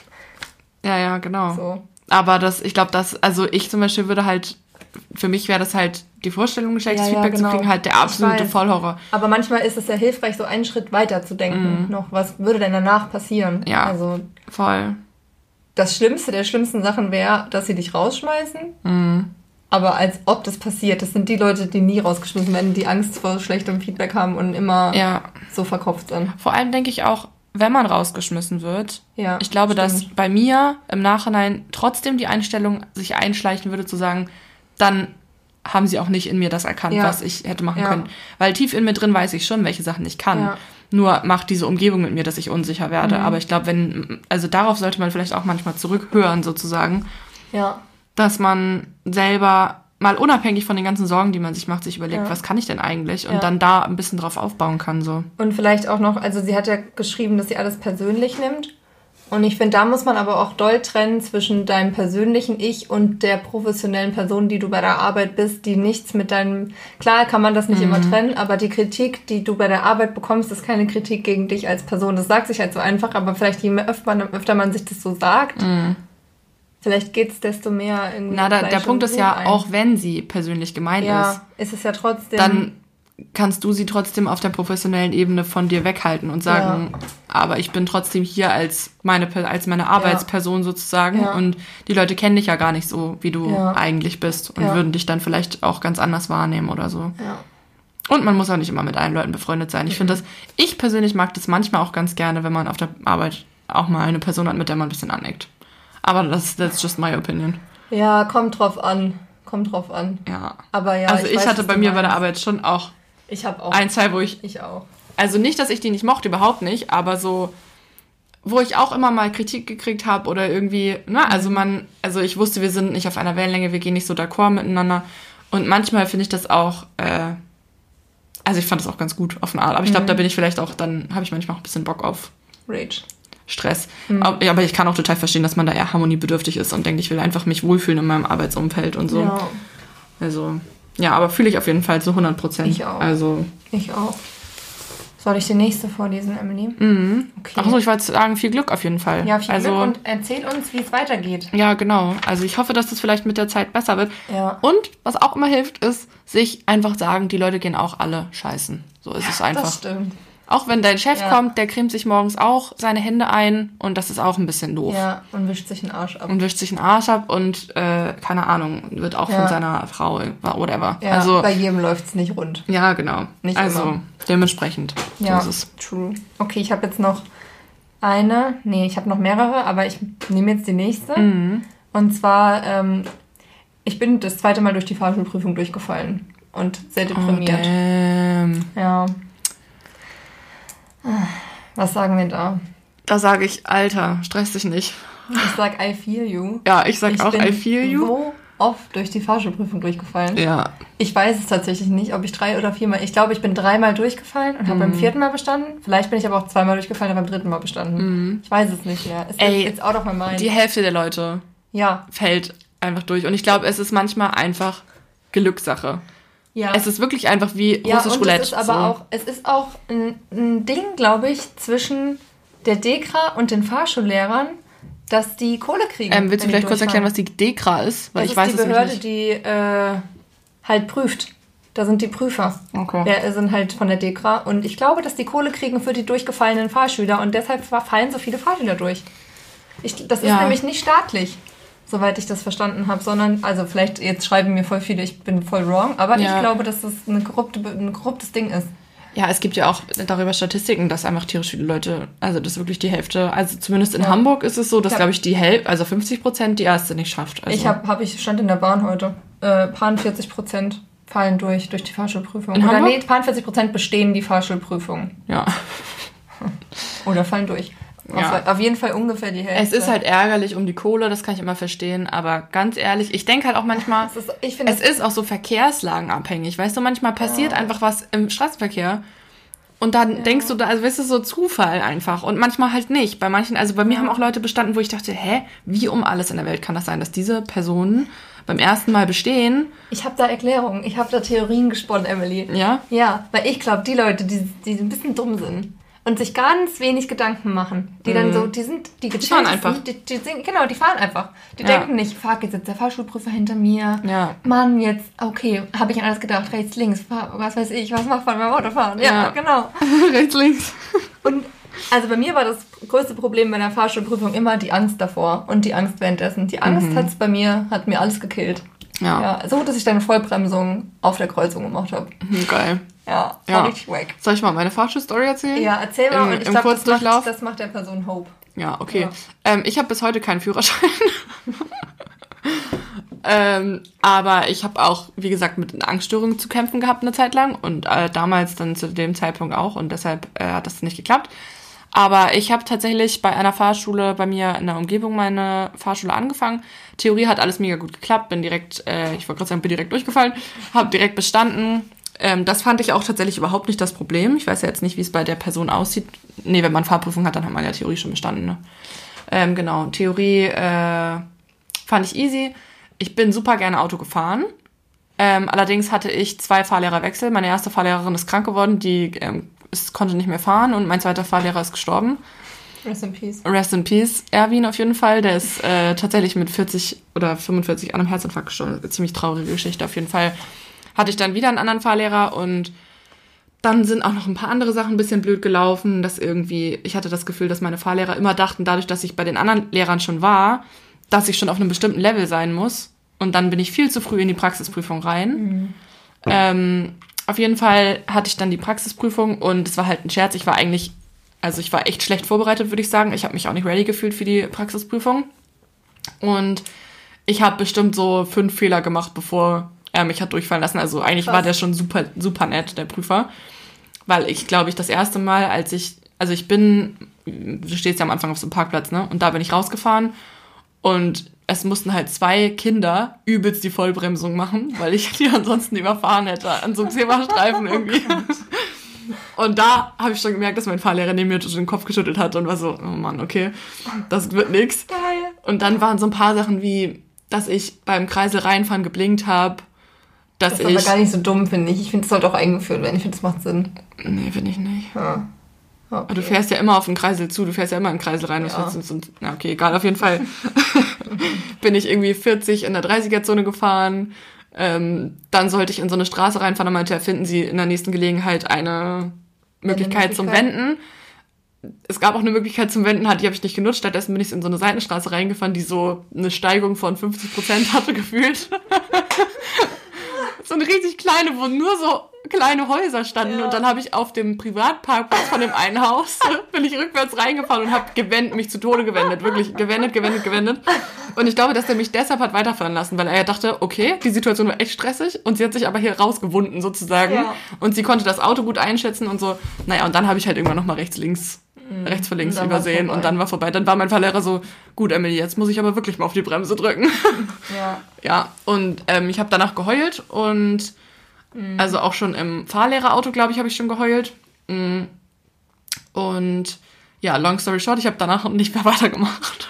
Ja, ja, genau. So. Aber das, ich glaube, dass, also ich zum Beispiel würde halt, für mich wäre das halt die Vorstellung, schlechtes ja, Feedback ja, genau. zu kriegen, halt der absolute Vollhorror. Aber manchmal ist es ja hilfreich, so einen Schritt weiter zu denken. Mm. Noch, was würde denn danach passieren? Ja, also, voll. Das Schlimmste der schlimmsten Sachen wäre, dass sie dich rausschmeißen. Mm. Aber als ob das passiert. Das sind die Leute, die nie rausgeschmissen werden, die Angst vor schlechtem Feedback haben und immer ja. so verkopft sind. Vor allem denke ich auch, wenn man rausgeschmissen wird, ja, ich glaube, stimmt. dass bei mir im Nachhinein trotzdem die Einstellung sich einschleichen würde, zu sagen, dann haben sie auch nicht in mir das erkannt, ja. was ich hätte machen ja. können. Weil tief in mir drin weiß ich schon, welche Sachen ich kann. Ja. Nur macht diese Umgebung mit mir, dass ich unsicher werde. Mhm. Aber ich glaube, wenn, also darauf sollte man vielleicht auch manchmal zurückhören, sozusagen. Ja. Dass man selber mal unabhängig von den ganzen Sorgen, die man sich macht, sich überlegt, ja. was kann ich denn eigentlich? Und ja. dann da ein bisschen drauf aufbauen kann, so. Und vielleicht auch noch, also sie hat ja geschrieben, dass sie alles persönlich nimmt. Und ich finde, da muss man aber auch doll trennen zwischen deinem persönlichen Ich und der professionellen Person, die du bei der Arbeit bist, die nichts mit deinem... Klar kann man das nicht mhm. immer trennen, aber die Kritik, die du bei der Arbeit bekommst, ist keine Kritik gegen dich als Person. Das sagt sich halt so einfach, aber vielleicht je mehr öfter man, öfter man sich das so sagt, mhm. vielleicht geht's desto mehr irgendwie... Na, da, der Punkt ist ja, ein. auch wenn sie persönlich gemeint ja, ist... ist es ja trotzdem... Dann kannst du sie trotzdem auf der professionellen Ebene von dir weghalten und sagen, ja. aber ich bin trotzdem hier als meine als meine Arbeitsperson ja. sozusagen ja. und die Leute kennen dich ja gar nicht so, wie du ja. eigentlich bist und ja. würden dich dann vielleicht auch ganz anders wahrnehmen oder so. Ja. Und man muss auch nicht immer mit allen Leuten befreundet sein. Ich mhm. finde das, ich persönlich mag das manchmal auch ganz gerne, wenn man auf der Arbeit auch mal eine Person hat, mit der man ein bisschen aneckt. Aber das that's just my opinion. Ja, kommt drauf an. Kommt drauf an. Ja. Aber ja, also ich, ich weiß, hatte bei mir bei der Arbeit schon auch Ich habe auch. Ein, zwei, wo ich... Ich auch. Also nicht, dass ich die nicht mochte, überhaupt nicht, aber so, wo ich auch immer mal Kritik gekriegt habe oder irgendwie, ne, also man, also ich wusste, wir sind nicht auf einer Wellenlänge, wir gehen nicht so d'accord miteinander Und manchmal finde ich das auch, äh, also ich fand das auch ganz gut auf eine Art. Aber ich glaube, mhm. da bin ich vielleicht auch, dann habe ich manchmal auch ein bisschen Bock auf Rage. Stress. Mhm. Aber, ja, aber ich kann auch total verstehen, dass man da eher harmoniebedürftig ist und denkt, ich will einfach mich wohlfühlen in meinem Arbeitsumfeld und so. Ja. Also, ja, aber fühle ich auf jeden Fall zu hundert Prozent. Ich auch. Also, ich auch. Soll ich die nächste vorlesen, Emily? Mhm. Okay. Achso, ich wollte sagen, viel Glück auf jeden Fall. Ja, viel also, Glück und erzähl uns, wie es weitergeht. Ja, genau. Also ich hoffe, dass das vielleicht mit der Zeit besser wird. Ja. Und was auch immer hilft, ist, sich einfach sagen, die Leute gehen auch alle scheißen. So ist ja, es einfach. Das stimmt. Auch wenn dein Chef ja. kommt, der cremt sich morgens auch seine Hände ein und das ist auch ein bisschen doof. Ja, und wischt sich einen Arsch ab. Und wischt sich einen Arsch ab und, äh, keine Ahnung, wird auch ja. von seiner Frau, whatever. Ja, also, bei jedem läuft's nicht rund. Ja, genau. Nicht also, immer. dementsprechend. Ja, so ist es. True. Okay, ich habe jetzt noch eine, nee, ich habe noch mehrere, aber ich nehme jetzt die nächste. Mhm. Und zwar, ähm, ich bin das zweite Mal durch die Fahrschulprüfung durchgefallen und sehr deprimiert. Oh, damn. Ja. Was sagen wir da? Da sage ich, Alter, stress dich nicht. Ich sag, I feel you. Ja, ich sag ich auch, I feel you. Ich bin so oft durch die Fahrschulprüfung durchgefallen. Ja. Ich weiß es tatsächlich nicht, ob ich drei oder viermal... Ich glaube, ich bin dreimal durchgefallen und habe mhm. beim vierten Mal bestanden. Vielleicht bin ich aber auch zweimal durchgefallen und beim dritten Mal bestanden. Mhm. Ich weiß es nicht mehr. Es Ey, ist jetzt out of my mind. Die Hälfte der Leute ja. fällt einfach durch. Und ich glaube, es ist manchmal einfach Glückssache. Ja. Es ist wirklich einfach wie russisch ja, Roulette. Es ist aber so. auch, es ist auch ein, ein Ding, glaube ich, zwischen der Dekra und den Fahrschullehrern, dass die Kohle kriegen. Ähm, willst du vielleicht kurz erklären, was die Dekra ist? Weil das ich weiß ist die es Behörde, nicht. die äh, halt prüft. Da sind die Prüfer. Okay. Ja, sind halt von der Dekra. Und ich glaube, dass die Kohle kriegen für die durchgefallenen Fahrschüler. Und deshalb fallen so viele Fahrschüler durch. Ich, das ist ja. nämlich nicht staatlich, soweit ich das verstanden habe, sondern, also vielleicht, jetzt schreiben mir voll viele, ich bin voll wrong, aber ja. ich glaube, dass das eine korrupte, ein korruptes Ding ist. Ja, es gibt ja auch darüber Statistiken, dass einfach tierisch viele Leute, also das ist wirklich die Hälfte, also zumindest in ja. Hamburg ist es so, dass, glaube ich, die Hälfte, also fünfzig Prozent die erste nicht schafft. Also. Ich habe, hab ich stand in der Bahn heute, äh, vierzig Prozent fallen durch, durch die Fahrschulprüfung. In Oder Hamburg? nee, vierzig Prozent bestehen die Fahrschulprüfung. Ja. Oder fallen durch. Ja. Auf jeden Fall ungefähr die Hälfte. Es ist halt ärgerlich um die Kohle, das kann ich immer verstehen, aber ganz ehrlich, ich denke halt auch manchmal, ist, ich find, es ist auch so verkehrslagenabhängig, weißt du, manchmal passiert ja. einfach was im Straßenverkehr und dann ja. denkst du, da, also weißt du, so Zufall einfach und manchmal halt nicht. Bei manchen, also bei mir ja. haben auch Leute bestanden, wo ich dachte, hä, wie um alles in der Welt kann das sein, dass diese Personen beim ersten Mal bestehen? Ich habe da Erklärungen, ich habe da Theorien gesponnen, Emily. Ja? Ja, weil ich glaube, die Leute, die, die ein bisschen dumm sind und sich ganz wenig Gedanken machen, die mhm. dann so, die sind, die Die fahren einfach. Die, die sind, genau, die fahren einfach. Die Ja. denken nicht, fuck, jetzt sitzt der Fahrschulprüfer hinter mir. Ja. Mann, jetzt, okay, habe ich an alles gedacht, rechts, links, fahr, was weiß ich, was macht man beim Autofahren? Ja, Ja. genau. Rechts, links. Und also bei mir war das größte Problem bei der Fahrschulprüfung immer die Angst davor und die Angst währenddessen. Die Angst Mhm. hat's bei mir, hat mir alles gekillt. Ja. Ja, so, dass ich dann eine Vollbremsung auf der Kreuzung gemacht habe. Mhm, geil. Ja, Ja. war richtig wack. Soll ich mal meine Fahrschulstory erzählen? Ja, erzähl mal. Im, und ich im glaube, das Kurzdurchlauf? macht, das macht der Person Hope. Ja, okay. Ja. Ähm, ich habe bis heute keinen Führerschein. ähm, aber ich habe auch, wie gesagt, mit Angststörungen zu kämpfen gehabt eine Zeit lang. Und äh, damals dann zu dem Zeitpunkt auch. Und deshalb äh, hat das nicht geklappt. Aber ich habe tatsächlich bei einer Fahrschule bei mir in der Umgebung meine Fahrschule angefangen. Theorie hat alles mega gut geklappt. Bin direkt, äh, ich wollte gerade sagen, bin direkt durchgefallen. Habe direkt bestanden. Ähm, das fand ich auch tatsächlich überhaupt nicht das Problem. Ich weiß ja jetzt nicht, wie es bei der Person aussieht. Nee, wenn man Fahrprüfung hat, dann hat man ja Theorie schon bestanden. Ne? Ähm, genau, Theorie äh, fand ich easy. Ich bin super gerne Auto gefahren. Ähm, allerdings hatte ich zwei Fahrlehrerwechsel. Meine erste Fahrlehrerin ist krank geworden, die ähm, ist, konnte nicht mehr fahren und mein zweiter Fahrlehrer ist gestorben. Rest in Peace. Rest in Peace, Erwin auf jeden Fall. Der ist äh, tatsächlich mit vierzig oder fünfundvierzig an einem Herzinfarkt gestorben. Eine ziemlich traurige Geschichte auf jeden Fall. Hatte ich dann wieder einen anderen Fahrlehrer und dann sind auch noch ein paar andere Sachen ein bisschen blöd gelaufen, dass irgendwie, ich hatte das Gefühl, dass meine Fahrlehrer immer dachten, dadurch, dass ich bei den anderen Lehrern schon war, dass ich schon auf einem bestimmten Level sein muss. Und dann bin ich viel zu früh in die Praxisprüfung rein. Mhm. Ähm, auf jeden Fall hatte ich dann die Praxisprüfung und es war halt ein Scherz. Ich war eigentlich, also ich war echt schlecht vorbereitet, würde ich sagen. Ich habe mich auch nicht ready gefühlt für die Praxisprüfung. Und ich habe bestimmt so fünf Fehler gemacht, bevor er mich hat durchfallen lassen. Also eigentlich Krass. War der schon super, super nett, der Prüfer. Weil ich, glaube ich, das erste Mal, als ich, also ich bin, du stehst ja am Anfang auf so einem Parkplatz, ne? Und da bin ich rausgefahren und es mussten halt zwei Kinder übelst die Vollbremsung machen, weil ich die ansonsten überfahren hätte an so einem Zebrastreifen irgendwie. Und da habe ich schon gemerkt, dass mein Fahrlehrer neben mir schon den Kopf geschüttelt hat und war so, oh Mann, okay, das wird nix. Geil. Und dann waren so ein paar Sachen wie, dass ich beim Kreisel reinfahren geblinkt habe, dass das ist ich... aber gar nicht so dumm, finde ich. Ich finde, es sollte auch eingeführt werden. Ich finde, das macht Sinn. Nee, finde ich nicht. Ja. Okay. Du fährst ja immer auf den Kreisel zu, du fährst ja immer in den Kreisel rein. Ja. Und, und, na okay, egal, auf jeden Fall bin ich irgendwie vierzig in der dreißiger-Zone gefahren. Ähm, dann sollte ich in so eine Straße reinfahren, dann meinte er, finden Sie in der nächsten Gelegenheit eine Möglichkeit, eine Möglichkeit zum Wenden. Es gab auch eine Möglichkeit zum Wenden, die habe ich nicht genutzt. Stattdessen bin ich in so eine Seitenstraße reingefahren, die so eine Steigung von fünfzig Prozent hatte, gefühlt. So eine richtig kleine, wo nur so kleine Häuser standen. Ja. Und dann habe ich auf dem Privatparkplatz von dem einen Haus, bin ich rückwärts reingefahren und habe gewendet, mich zu Tode gewendet. Wirklich gewendet, gewendet, gewendet. Und ich glaube, dass der mich deshalb hat weiterfahren lassen, weil er dachte, okay, die Situation war echt stressig und sie hat sich aber hier rausgewunden sozusagen. Ja. Und sie konnte das Auto gut einschätzen und so. Naja, und dann habe ich halt irgendwann nochmal rechts, links, mhm. rechts vor links übersehen und dann war vorbei. Dann war mein Fahrlehrer so, gut, Emily, jetzt muss ich aber wirklich mal auf die Bremse drücken. Ja. Ja, und ähm, ich habe danach geheult und mhm. also auch schon im Fahrlehrerauto, glaube ich, habe ich schon geheult. Und ja, long story short, ich habe danach nicht mehr weitergemacht.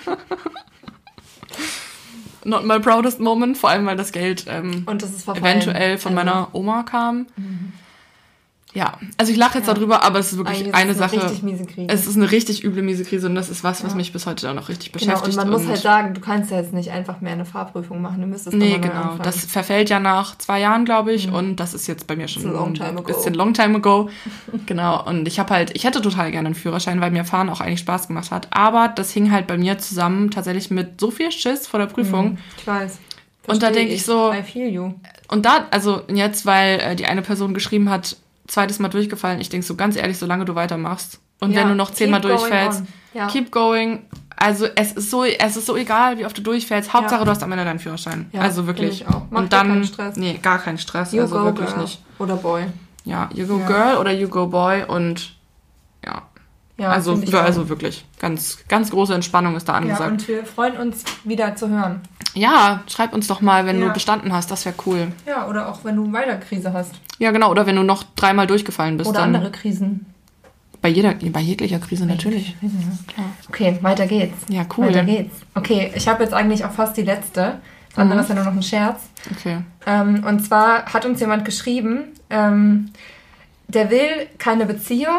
Not my proudest moment, vor allem, weil das Geld ähm, und das ist eventuell von also. meiner Oma kam. Mhm. Ja, also ich lache jetzt ja. darüber, aber es ist wirklich Eigentlich eine ist Sache. Eine richtig miese Krise. Es ist eine richtig üble miese Krise und das ist was, was ja. mich bis heute auch noch richtig beschäftigt. Genau, und man und muss halt sagen, du kannst ja jetzt nicht einfach mehr eine Fahrprüfung machen, du müsstest Nee, genau. Anfangen. Das verfällt ja nach zwei Jahren, glaube ich, mhm. und das ist jetzt bei mir schon ein long time ago. bisschen long time ago. Genau, und ich habe halt, ich hätte total gerne einen Führerschein, weil mir Fahren auch eigentlich Spaß gemacht hat, aber das hing halt bei mir zusammen tatsächlich mit so viel Schiss vor der Prüfung. Mhm. Ich weiß. Versteh und da denke ich so, I feel you. Und da, also jetzt, weil äh, die eine Person geschrieben hat, zweites Mal durchgefallen. Ich denke so ganz ehrlich, solange du weitermachst und ja, wenn du noch zehnmal durchfällst, ja. keep going. Also es ist so, es ist so egal, wie oft du durchfällst. Hauptsache, ja. du hast am Ende deinen Führerschein. Ja, also wirklich. Ich auch. Mach und dann, keinen Stress. Nee, gar keinen Stress. You also go wirklich girl. Nicht. Oder boy. Ja, you go ja. girl oder you go boy und ja. Ja, also, also wirklich, ganz, ganz große Entspannung ist da angesagt. Ja, und wir freuen uns, wieder zu hören. Ja, schreib uns doch mal, wenn ja. du bestanden hast, das wäre cool. Ja, oder auch, wenn du weiter Krise hast. Ja, genau, oder wenn du noch dreimal durchgefallen bist. Oder dann andere Krisen. Bei jeder, bei jeglicher Krise bei natürlich. Krise, ja, klar. Okay, weiter geht's. Ja, cool. Weiter geht's. Okay, ich habe jetzt eigentlich auch fast die letzte. Das andere mhm. ist ja nur noch ein Scherz. Okay. Ähm, und zwar hat uns jemand geschrieben, ähm, der will keine Beziehung,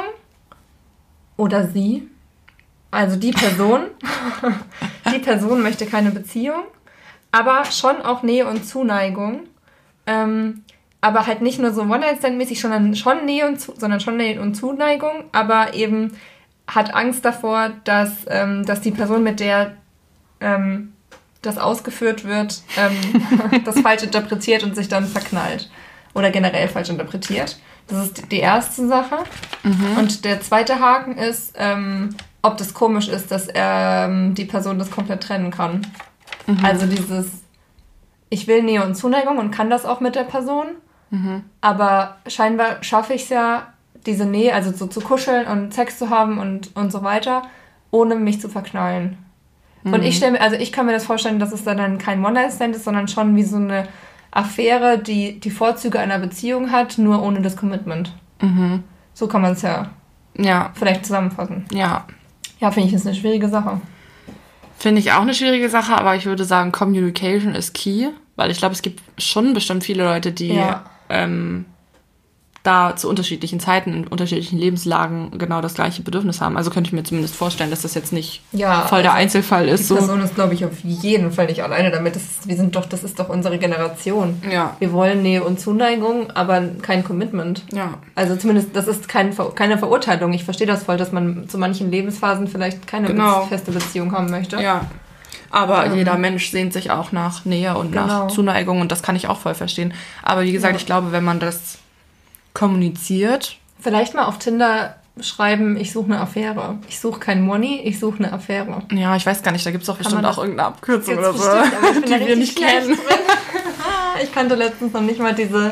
oder sie, also die Person, die Person möchte keine Beziehung, aber schon auch Nähe und Zuneigung, ähm, aber halt nicht nur so One-Night-Stand-mäßig, sondern schon Nähe und Zu- sondern schon Nähe und Zuneigung, aber eben hat Angst davor, dass, ähm, dass die Person, mit der ähm, das ausgeführt wird, ähm, das falsch interpretiert und sich dann verknallt oder generell falsch interpretiert. Das ist die erste Sache. Mhm. Und der zweite Haken ist, ähm, ob das komisch ist, dass ähm, die Person das komplett trennen kann. Mhm. Also dieses, ich will Nähe und Zuneigung und kann das auch mit der Person, mhm. aber scheinbar schaffe ich es ja, diese Nähe, also so zu kuscheln und Sex zu haben und, und so weiter, ohne mich zu verknallen. Mhm. Und ich stelle mir, also ich kann mir das vorstellen, dass es dann kein One-Night-Stand ist, sondern schon wie so eine Affäre, die die Vorzüge einer Beziehung hat, nur ohne das Commitment. Mhm. So kann man es ja, ja vielleicht zusammenfassen. Ja. Ja, finde ich, ist eine schwierige Sache. Finde ich auch eine schwierige Sache, aber ich würde sagen, Communication ist key, weil ich glaube, es gibt schon bestimmt viele Leute, die ja. ähm, da zu unterschiedlichen Zeiten, in unterschiedlichen Lebenslagen genau das gleiche Bedürfnis haben. Also könnte ich mir zumindest vorstellen, dass das jetzt nicht ja, voll der also Einzelfall ist. Die Person so. ist, glaube ich, auf jeden Fall nicht alleine damit. Das ist, wir sind doch, das ist doch unsere Generation. Ja. Wir wollen Nähe und Zuneigung, aber kein Commitment. Ja. Also zumindest, das ist kein, keine Verurteilung. Ich verstehe das voll, dass man zu manchen Lebensphasen vielleicht keine genau. Be- feste Beziehung haben möchte. Ja. Aber ähm. jeder Mensch sehnt sich auch nach Nähe und genau. nach Zuneigung und das kann ich auch voll verstehen. Aber wie gesagt, ja. ich glaube, wenn man das kommuniziert. Vielleicht mal auf Tinder schreiben, ich suche eine Affäre. Ich suche kein Money, ich suche eine Affäre. Ja, ich weiß gar nicht, da gibt es auch bestimmt auch irgendeine Abkürzung oder so, bestimmt, die wir nicht kennen. Ich kannte letztens noch nicht mal diese,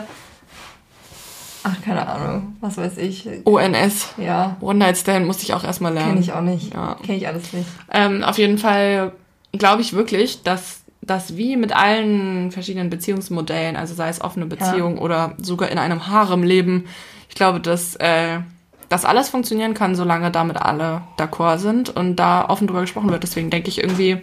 ach, keine Ahnung, was weiß ich. O N S. Ja. One-Night-Stand musste ich auch erstmal lernen. Kenne ich auch nicht. Ja. Kenne ich alles nicht. Ähm, auf jeden Fall glaube ich wirklich, dass dass wie mit allen verschiedenen Beziehungsmodellen, also sei es offene Beziehung ja. oder sogar in einem Harem leben, ich glaube, dass äh, das alles funktionieren kann, solange damit alle d'accord sind und da offen drüber gesprochen wird. Deswegen denke ich irgendwie,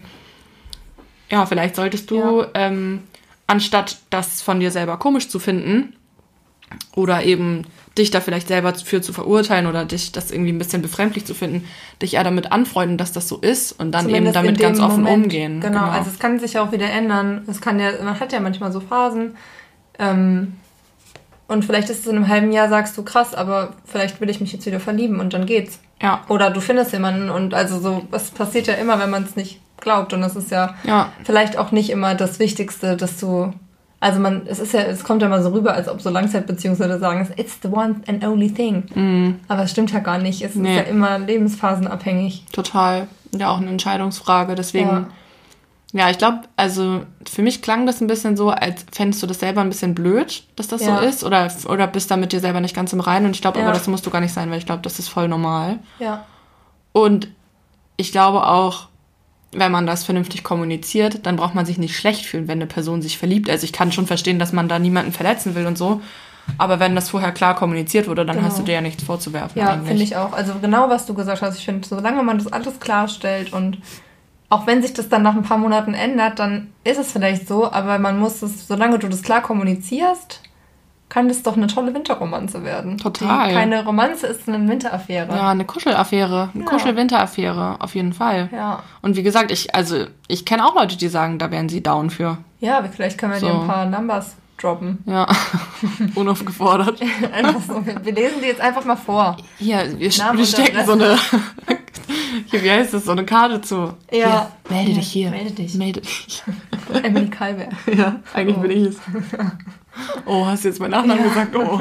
ja, vielleicht solltest du, ja. ähm, anstatt das von dir selber komisch zu finden oder eben dich da vielleicht selber für zu verurteilen oder dich das irgendwie ein bisschen befremdlich zu finden, dich eher damit anfreunden, dass das so ist und dann Zumindest eben damit ganz offen Moment. umgehen. Genau. genau, also es kann sich ja auch wieder ändern. Es kann ja, man hat ja manchmal so Phasen ähm, und vielleicht ist es in einem halben Jahr, sagst du, krass, aber vielleicht will ich mich jetzt wieder verlieben und dann geht's. Ja. Oder du findest jemanden und also so, das passiert ja immer, wenn man es nicht glaubt und das ist ja, ja vielleicht auch nicht immer das Wichtigste, dass du Also man, es ist ja, es kommt ja immer so rüber, als ob so Langzeitbeziehungsleute sagen, it's the one and only thing. Mm. Aber es stimmt ja gar nicht. Es nee. ist ja immer lebensphasenabhängig. Total. Ja, auch eine Entscheidungsfrage. Deswegen, ja, ja ich glaube, also für mich klang das ein bisschen so, als fändest du das selber ein bisschen blöd, dass das ja. so ist. Oder, oder bist da mit dir selber nicht ganz im Reinen. Und ich glaube ja. aber, das musst du gar nicht sein, weil ich glaube, das ist voll normal. Ja. Und ich glaube auch, wenn man das vernünftig kommuniziert, dann braucht man sich nicht schlecht fühlen, wenn eine Person sich verliebt. Also ich kann schon verstehen, dass man da niemanden verletzen will und so. Aber wenn das vorher klar kommuniziert wurde, dann genau. hast du dir ja nichts vorzuwerfen. Ja, finde ich auch. Also genau, was du gesagt hast. Ich finde, solange man das alles klarstellt und auch wenn sich das dann nach ein paar Monaten ändert, dann ist es vielleicht so. Aber man muss es, solange du das klar kommunizierst, kann das doch eine tolle Winterromanze werden. Total. Die, keine Romanze ist eine Winteraffäre. Ja, eine Kuschelaffäre. Eine ja. Kuschel-Winteraffäre, auf jeden Fall. Ja. Und wie gesagt, ich also ich kenne auch Leute, die sagen, da wären sie down für. Ja, vielleicht können wir so. dir ein paar Numbers droppen. Ja, unaufgefordert. Einfach so. Wir lesen die jetzt einfach mal vor. Ja, wir, wir stecken so eine, hier, wie heißt das, so eine Karte zu. Ja. ja. Melde ja. dich hier. Melde dich. Melde dich. Emily Kalberg. Ja, eigentlich oh. bin ich es. Oh, hast du jetzt meinen Nachnamen ja. gesagt? Oh.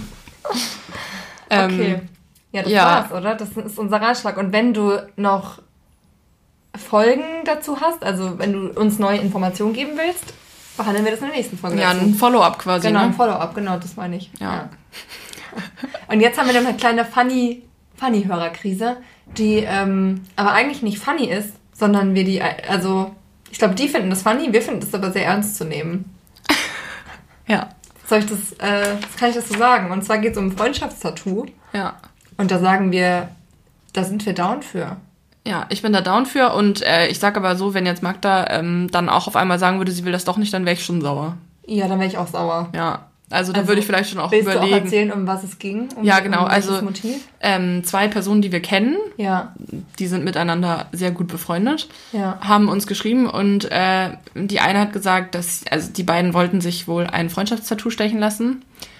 Okay. Ähm, ja, das ja. war's, oder? Das ist unser Ratschlag. Und wenn du noch Folgen dazu hast, also wenn du uns neue Informationen geben willst, behandeln wir das in der nächsten Folge. Ja, dazu. Ein Follow-up quasi. Genau, ne? ein Follow-up, genau, das meine ich. Ja. ja. Und jetzt haben wir noch eine kleine funny, funny Hörerkrise, die ähm, aber eigentlich nicht funny ist, sondern wir die, also ich glaube, die finden das funny, wir finden das aber sehr ernst zu nehmen. Ja. Soll ich das, äh, das kann ich das so sagen? Und zwar geht es um ein Freundschaftstattoo. Ja. Und da sagen wir, da sind wir down für. Ja, ich bin da down für und äh, ich sag aber so, wenn jetzt Magda ähm, dann auch auf einmal sagen würde, sie will das doch nicht, dann wäre ich schon sauer. Ja, dann wäre ich auch sauer. Ja, also da also, würde ich vielleicht schon auch willst überlegen. Willst du auch erzählen, um was es ging? Um, ja, genau, um also Motiv? Ähm, zwei Personen, die wir kennen, ja. die sind miteinander sehr gut befreundet, ja. haben uns geschrieben und äh, die eine hat gesagt, dass, also die beiden wollten sich wohl ein Freundschaftstattoo stechen lassen.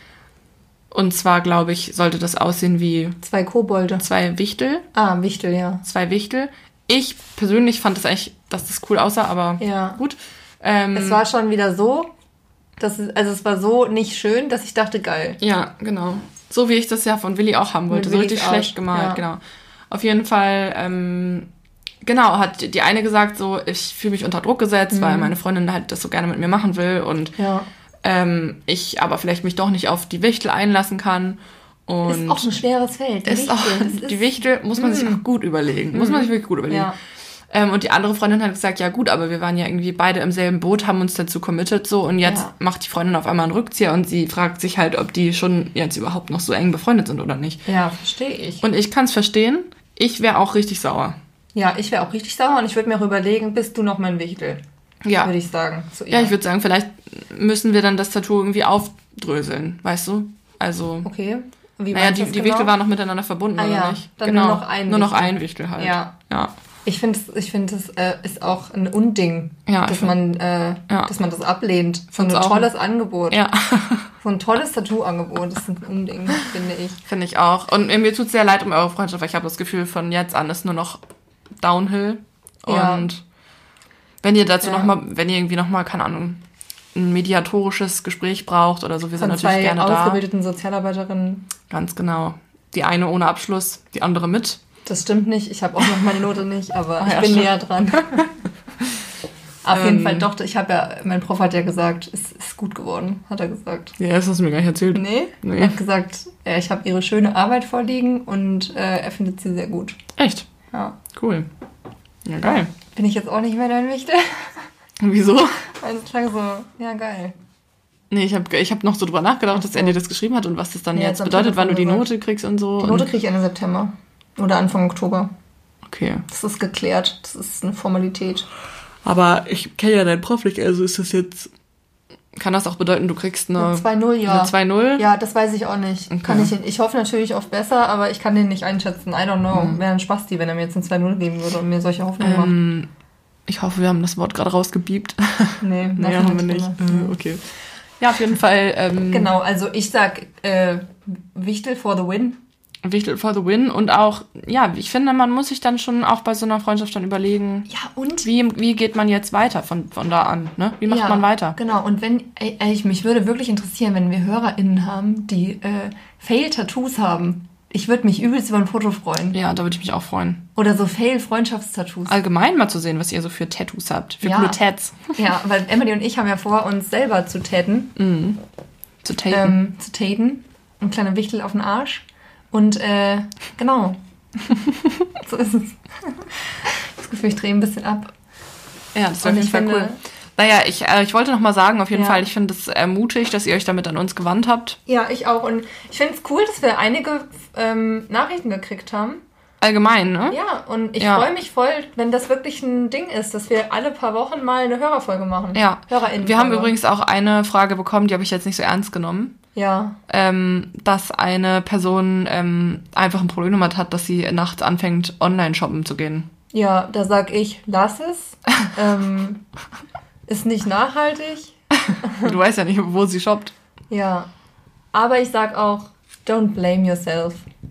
Und zwar, glaube ich, sollte das aussehen wie... Zwei Kobolde. Zwei Wichtel. Ah, Wichtel, ja. Zwei Wichtel. Ich persönlich fand das eigentlich, dass das cool aussah, aber ja. gut. Ähm, es war schon wieder so, dass es, also es war so nicht schön, dass ich dachte, geil. Ja, genau. So wie ich das ja von Willi auch haben wollte. So richtig schlecht gemalt, ja. genau. Auf jeden Fall, ähm, genau, hat die eine gesagt, so, ich fühle mich unter Druck gesetzt, mhm. weil meine Freundin halt das so gerne mit mir machen will und ja. ähm, ich aber vielleicht mich doch nicht auf die Wichtel einlassen kann. Und ist auch ein schweres Feld. Die ist Wichtel, auch, ist, die Wichtel muss man mm. sich auch gut überlegen. Mm. Muss man sich wirklich gut überlegen. Ja. Ähm, und die andere Freundin hat gesagt, ja gut, aber wir waren ja irgendwie beide im selben Boot, haben uns dazu committed so und jetzt ja. macht die Freundin auf einmal einen Rückzieher und sie fragt sich halt, ob die schon jetzt überhaupt noch so eng befreundet sind oder nicht. Ja, verstehe ich. Und ich kann es verstehen. Ich wäre auch richtig sauer. Ja, ich wäre auch richtig sauer und ich würde mir auch überlegen, bist du noch mein Wichtel? Ja. Würde ich sagen. So, ja. ja, ich würde sagen, vielleicht müssen wir dann das Tattoo irgendwie aufdröseln, weißt du? Also... Okay. Wie naja, die, die genau? Wichtel waren noch miteinander verbunden, ah, oder ja. nicht? Dann genau. nur noch ein Nur Wichtel. noch ein Wichtel halt. Ja. ja. Ich finde, ich find, das äh, ist auch ein Unding, ja, dass, man, äh, ja. dass man das ablehnt. So ein tolles ein... Angebot. Ja. So ein tolles Tattoo-Angebot, das ist ein Unding, finde ich. Finde ich auch. Und mir tut es sehr leid um eure Freundschaft, weil ich habe das Gefühl, von jetzt an ist nur noch Downhill. Ja. Und wenn ihr dazu ja. nochmal, wenn ihr irgendwie nochmal, keine Ahnung, ein mediatorisches Gespräch braucht oder so, wir sind von natürlich zwei gerne da. ausgebildeten Sozialarbeiterinnen. Ganz genau. Die eine ohne Abschluss, die andere mit. Das stimmt nicht. Ich habe auch noch meine Note nicht, aber Ach, ich ja, bin stimmt. näher dran. Auf ähm, jeden Fall doch. Ich habe ja, mein Prof hat ja gesagt, es ist gut geworden, hat er gesagt. Ja, das hast du mir gar nicht erzählt. Nee? nee. Er hat gesagt, äh, ich habe ihre schöne Arbeit vorliegen und äh, er findet sie sehr gut. Echt? Ja. Cool. Ja, geil. Bin ich jetzt auch nicht mehr dein Wichtel? Wieso? Weil es klang so, ja, geil. Nee, ich habe ich hab noch so drüber nachgedacht, dass Andy das geschrieben hat und was das dann ja, jetzt bedeutet, wann du die Note kriegst und so. Die Note kriege ich Ende September. Oder Anfang Oktober. Okay. Das ist geklärt. Das ist eine Formalität. Aber ich kenne ja deinen Prof nicht, also ist das jetzt... Kann das auch bedeuten, du kriegst eine... Eine zwei null, ja. Eine zwei null? Ja, das weiß ich auch nicht. Okay. Kann ich, ich hoffe natürlich auf besser, aber ich kann den nicht einschätzen. I don't know. Hm. Wäre ein Spasti, wenn er mir jetzt eine zwei null geben würde und mir solche Hoffnungen ähm, macht. Ich hoffe, wir haben das Wort gerade rausgebiebt. Nee, nee haben wir nicht. Äh, okay. Ja, auf jeden Fall. Ähm, genau, also ich sag äh, Wichtel for the win. Wichtel for the win. Und auch, ja, ich finde, man muss sich dann schon auch bei so einer Freundschaft dann überlegen, ja, und? Wie, wie geht man jetzt weiter von, von da an? Ne? Wie macht ja, man weiter? Genau, und wenn, ey, ey, mich würde wirklich interessieren, wenn wir HörerInnen haben, die äh, Fail-Tattoos haben. Ich würde mich übelst über ein Foto freuen. Ja, da würde ich mich auch freuen. Oder so Fail-Freundschaftstattoos. Allgemein mal zu sehen, was ihr so für Tattoos habt. Für ja. coole Tats. Ja, weil Emily und ich haben ja vor, uns selber zu taten. Mhm. Zu taten. Ähm, zu taten. Ein kleiner Wichtel auf den Arsch. Und, äh, genau. So ist es. Das Gefühl, ich drehe ein bisschen ab. Ja, das wäre auf jeden Fall cool. Naja, ich, äh, ich wollte noch mal sagen, auf jeden ja. Fall, ich finde es äh, mutig, dass ihr euch damit an uns gewandt habt. Ja, ich auch. Und ich finde es cool, dass wir einige ähm, Nachrichten gekriegt haben. Allgemein, ne? Ja, und ich ja. freue mich voll, wenn das wirklich ein Ding ist, dass wir alle paar Wochen mal eine Hörerfolge machen. Ja. HörerInnen. Wir haben übrigens auch eine Frage bekommen, die habe ich jetzt nicht so ernst genommen. Ja. Ähm, dass eine Person ähm, einfach ein Problem damit hat, dass sie nachts anfängt, online shoppen zu gehen. Ja, da sag ich, lass es. ähm, ist nicht nachhaltig. Du weißt ja nicht, wo sie shoppt. Ja. Aber ich sag auch, don't blame yourself.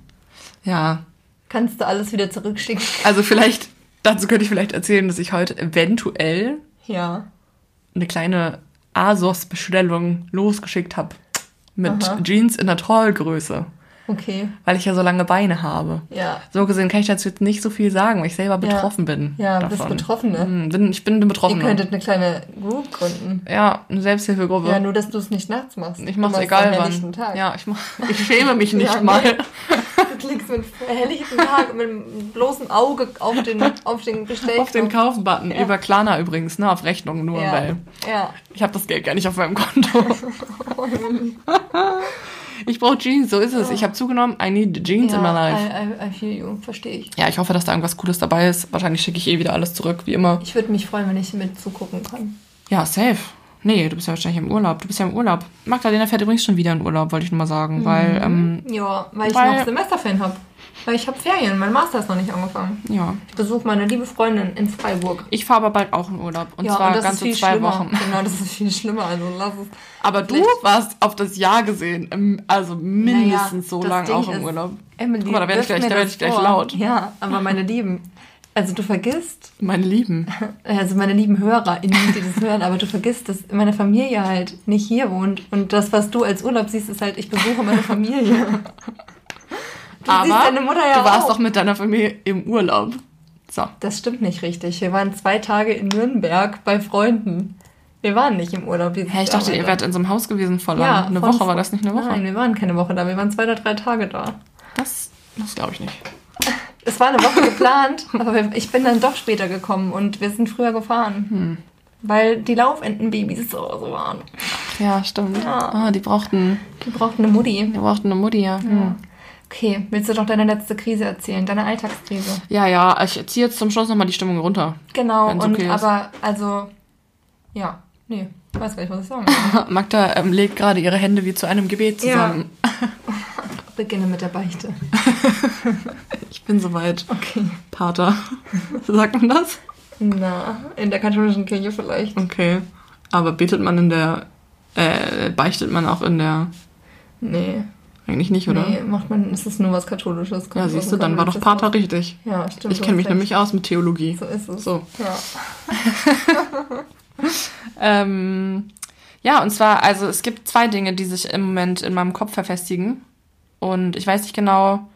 Ja. Kannst du alles wieder zurückschicken. Also vielleicht, dazu könnte ich vielleicht erzählen, dass ich heute eventuell ja. eine kleine ASOS-Bestellung losgeschickt habe. Mit Aha. Jeans in der Trollgröße. Okay. Weil ich ja so lange Beine habe. Ja. So gesehen kann ich dazu jetzt nicht so viel sagen, weil ich selber betroffen ja. bin. Ja, du davon. bist Betroffene. Hm, bin, ich bin eine Betroffene. Ihr könntet eine kleine Group gründen. Ja, eine Selbsthilfegruppe. Ja, nur, dass du es nicht nachts machst. Ich mach's egal wann. Tag. Ja, ich, mach, ich schäme mich nicht ja, mal. Du klickst mit helllichten Tag mit einem bloßen Auge auf den, auf den Bestellknopf. Auf den Kaufen-Button. Ja. Über Klarna übrigens, ne? Auf Rechnung nur, ja. weil ja. ich habe das Geld gar nicht auf meinem Konto. Ich brauche Jeans, so ist es. Ich habe zugenommen, I need jeans ja, in my life. I, I, I feel you, verstehe ich. Ja, ich hoffe, dass da irgendwas Cooles dabei ist. Wahrscheinlich schicke ich eh wieder alles zurück, wie immer. Ich würde mich freuen, wenn ich mit zugucken kann. Ja, safe. Nee, du bist ja wahrscheinlich im Urlaub. Du bist ja im Urlaub. Magdalena fährt übrigens schon wieder in Urlaub, wollte ich nur mal sagen. Mhm. Weil, ähm, ja, weil ich weil, noch Semesterferien habe. Weil ich habe Ferien, mein Master ist noch nicht angefangen. Ja. Ich besuche meine liebe Freundin in Freiburg. Ich fahre aber bald auch in Urlaub. Und ja, zwar und das ganze ist viel zwei schlimmer. Wochen. Genau, das ist viel schlimmer. Also lass es. Aber du warst auf das Jahr gesehen, also mindestens naja, so lang auch im Urlaub. Emily, Guck mal, da werde ich gleich, da werd ich gleich laut. Ja, aber meine Lieben, also du vergisst... Meine Lieben. Also meine lieben HörerInnen, die das hören, aber du vergisst, dass meine Familie halt nicht hier wohnt. Und das, was du als Urlaub siehst, ist halt, ich besuche meine Familie. Du aber siehst deine Mutter ja du warst auch. doch mit deiner Familie im Urlaub. So. Das stimmt nicht richtig. Wir waren zwei Tage in Nürnberg bei Freunden. Wir waren nicht im Urlaub. Hä, ich dachte, ihr wärt in so einem Haus gewesen vor lang. Ja, eine Woche, war das nicht eine Woche? Nein, wir waren keine Woche da. Wir waren zwei oder drei Tage da. Das, das glaube ich nicht. Es war eine Woche geplant, aber ich bin dann doch später gekommen und wir sind früher gefahren. Hm. Weil die Laufentenbabys so, so waren. Ja, stimmt. Ja. Ah, die brauchten... Die brauchten eine Mutti. Die brauchten eine Mutti, ja. Hm. ja. Okay, willst du doch deine letzte Krise erzählen, deine Alltagskrise? Ja, ja, ich ziehe jetzt zum Schluss nochmal die Stimmung runter. Genau, und okay aber, also, ja, nee, ich weiß gar nicht, was ich sagen will. Magda ähm, legt gerade ihre Hände wie zu einem Gebet zusammen. Ja. Beginne mit der Beichte. Ich bin soweit. Okay. Pater. Sagt man das? Na, in der katholischen Kirche vielleicht. Okay. Aber betet man in der, äh, beichtet man auch in der... Nee. Eigentlich nicht, oder? Nee, macht man, ist das nur was Katholisches. Ja, siehst du, dann war doch Pater richtig. Ja, stimmt. Ich kenne mich recht. nämlich aus mit Theologie. So ist es. So. Ja. ähm, ja, und zwar, also es gibt zwei Dinge, die sich im Moment in meinem Kopf verfestigen. Und ich weiß nicht genau,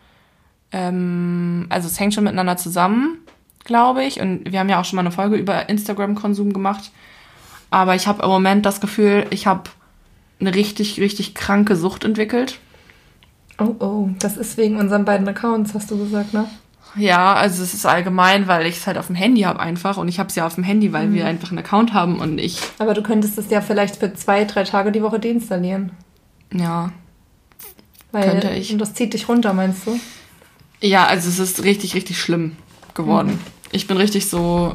ähm, also es hängt schon miteinander zusammen, glaube ich. Und wir haben ja auch schon mal eine Folge über Instagram-Konsum gemacht. Aber ich habe im Moment das Gefühl, ich habe eine richtig, richtig kranke Sucht entwickelt. Oh, oh, das ist wegen unseren beiden Accounts, hast du gesagt, ne? Ja, also es ist allgemein, weil ich es halt auf dem Handy habe einfach und ich habe es ja auf dem Handy, weil mhm. wir einfach einen Account haben und ich... Aber du könntest es ja vielleicht für zwei, drei Tage die Woche deinstallieren. Ja, weil, könnte ich. Und das zieht dich runter, meinst du? Ja, also es ist richtig, richtig schlimm geworden. Mhm. Ich bin richtig so...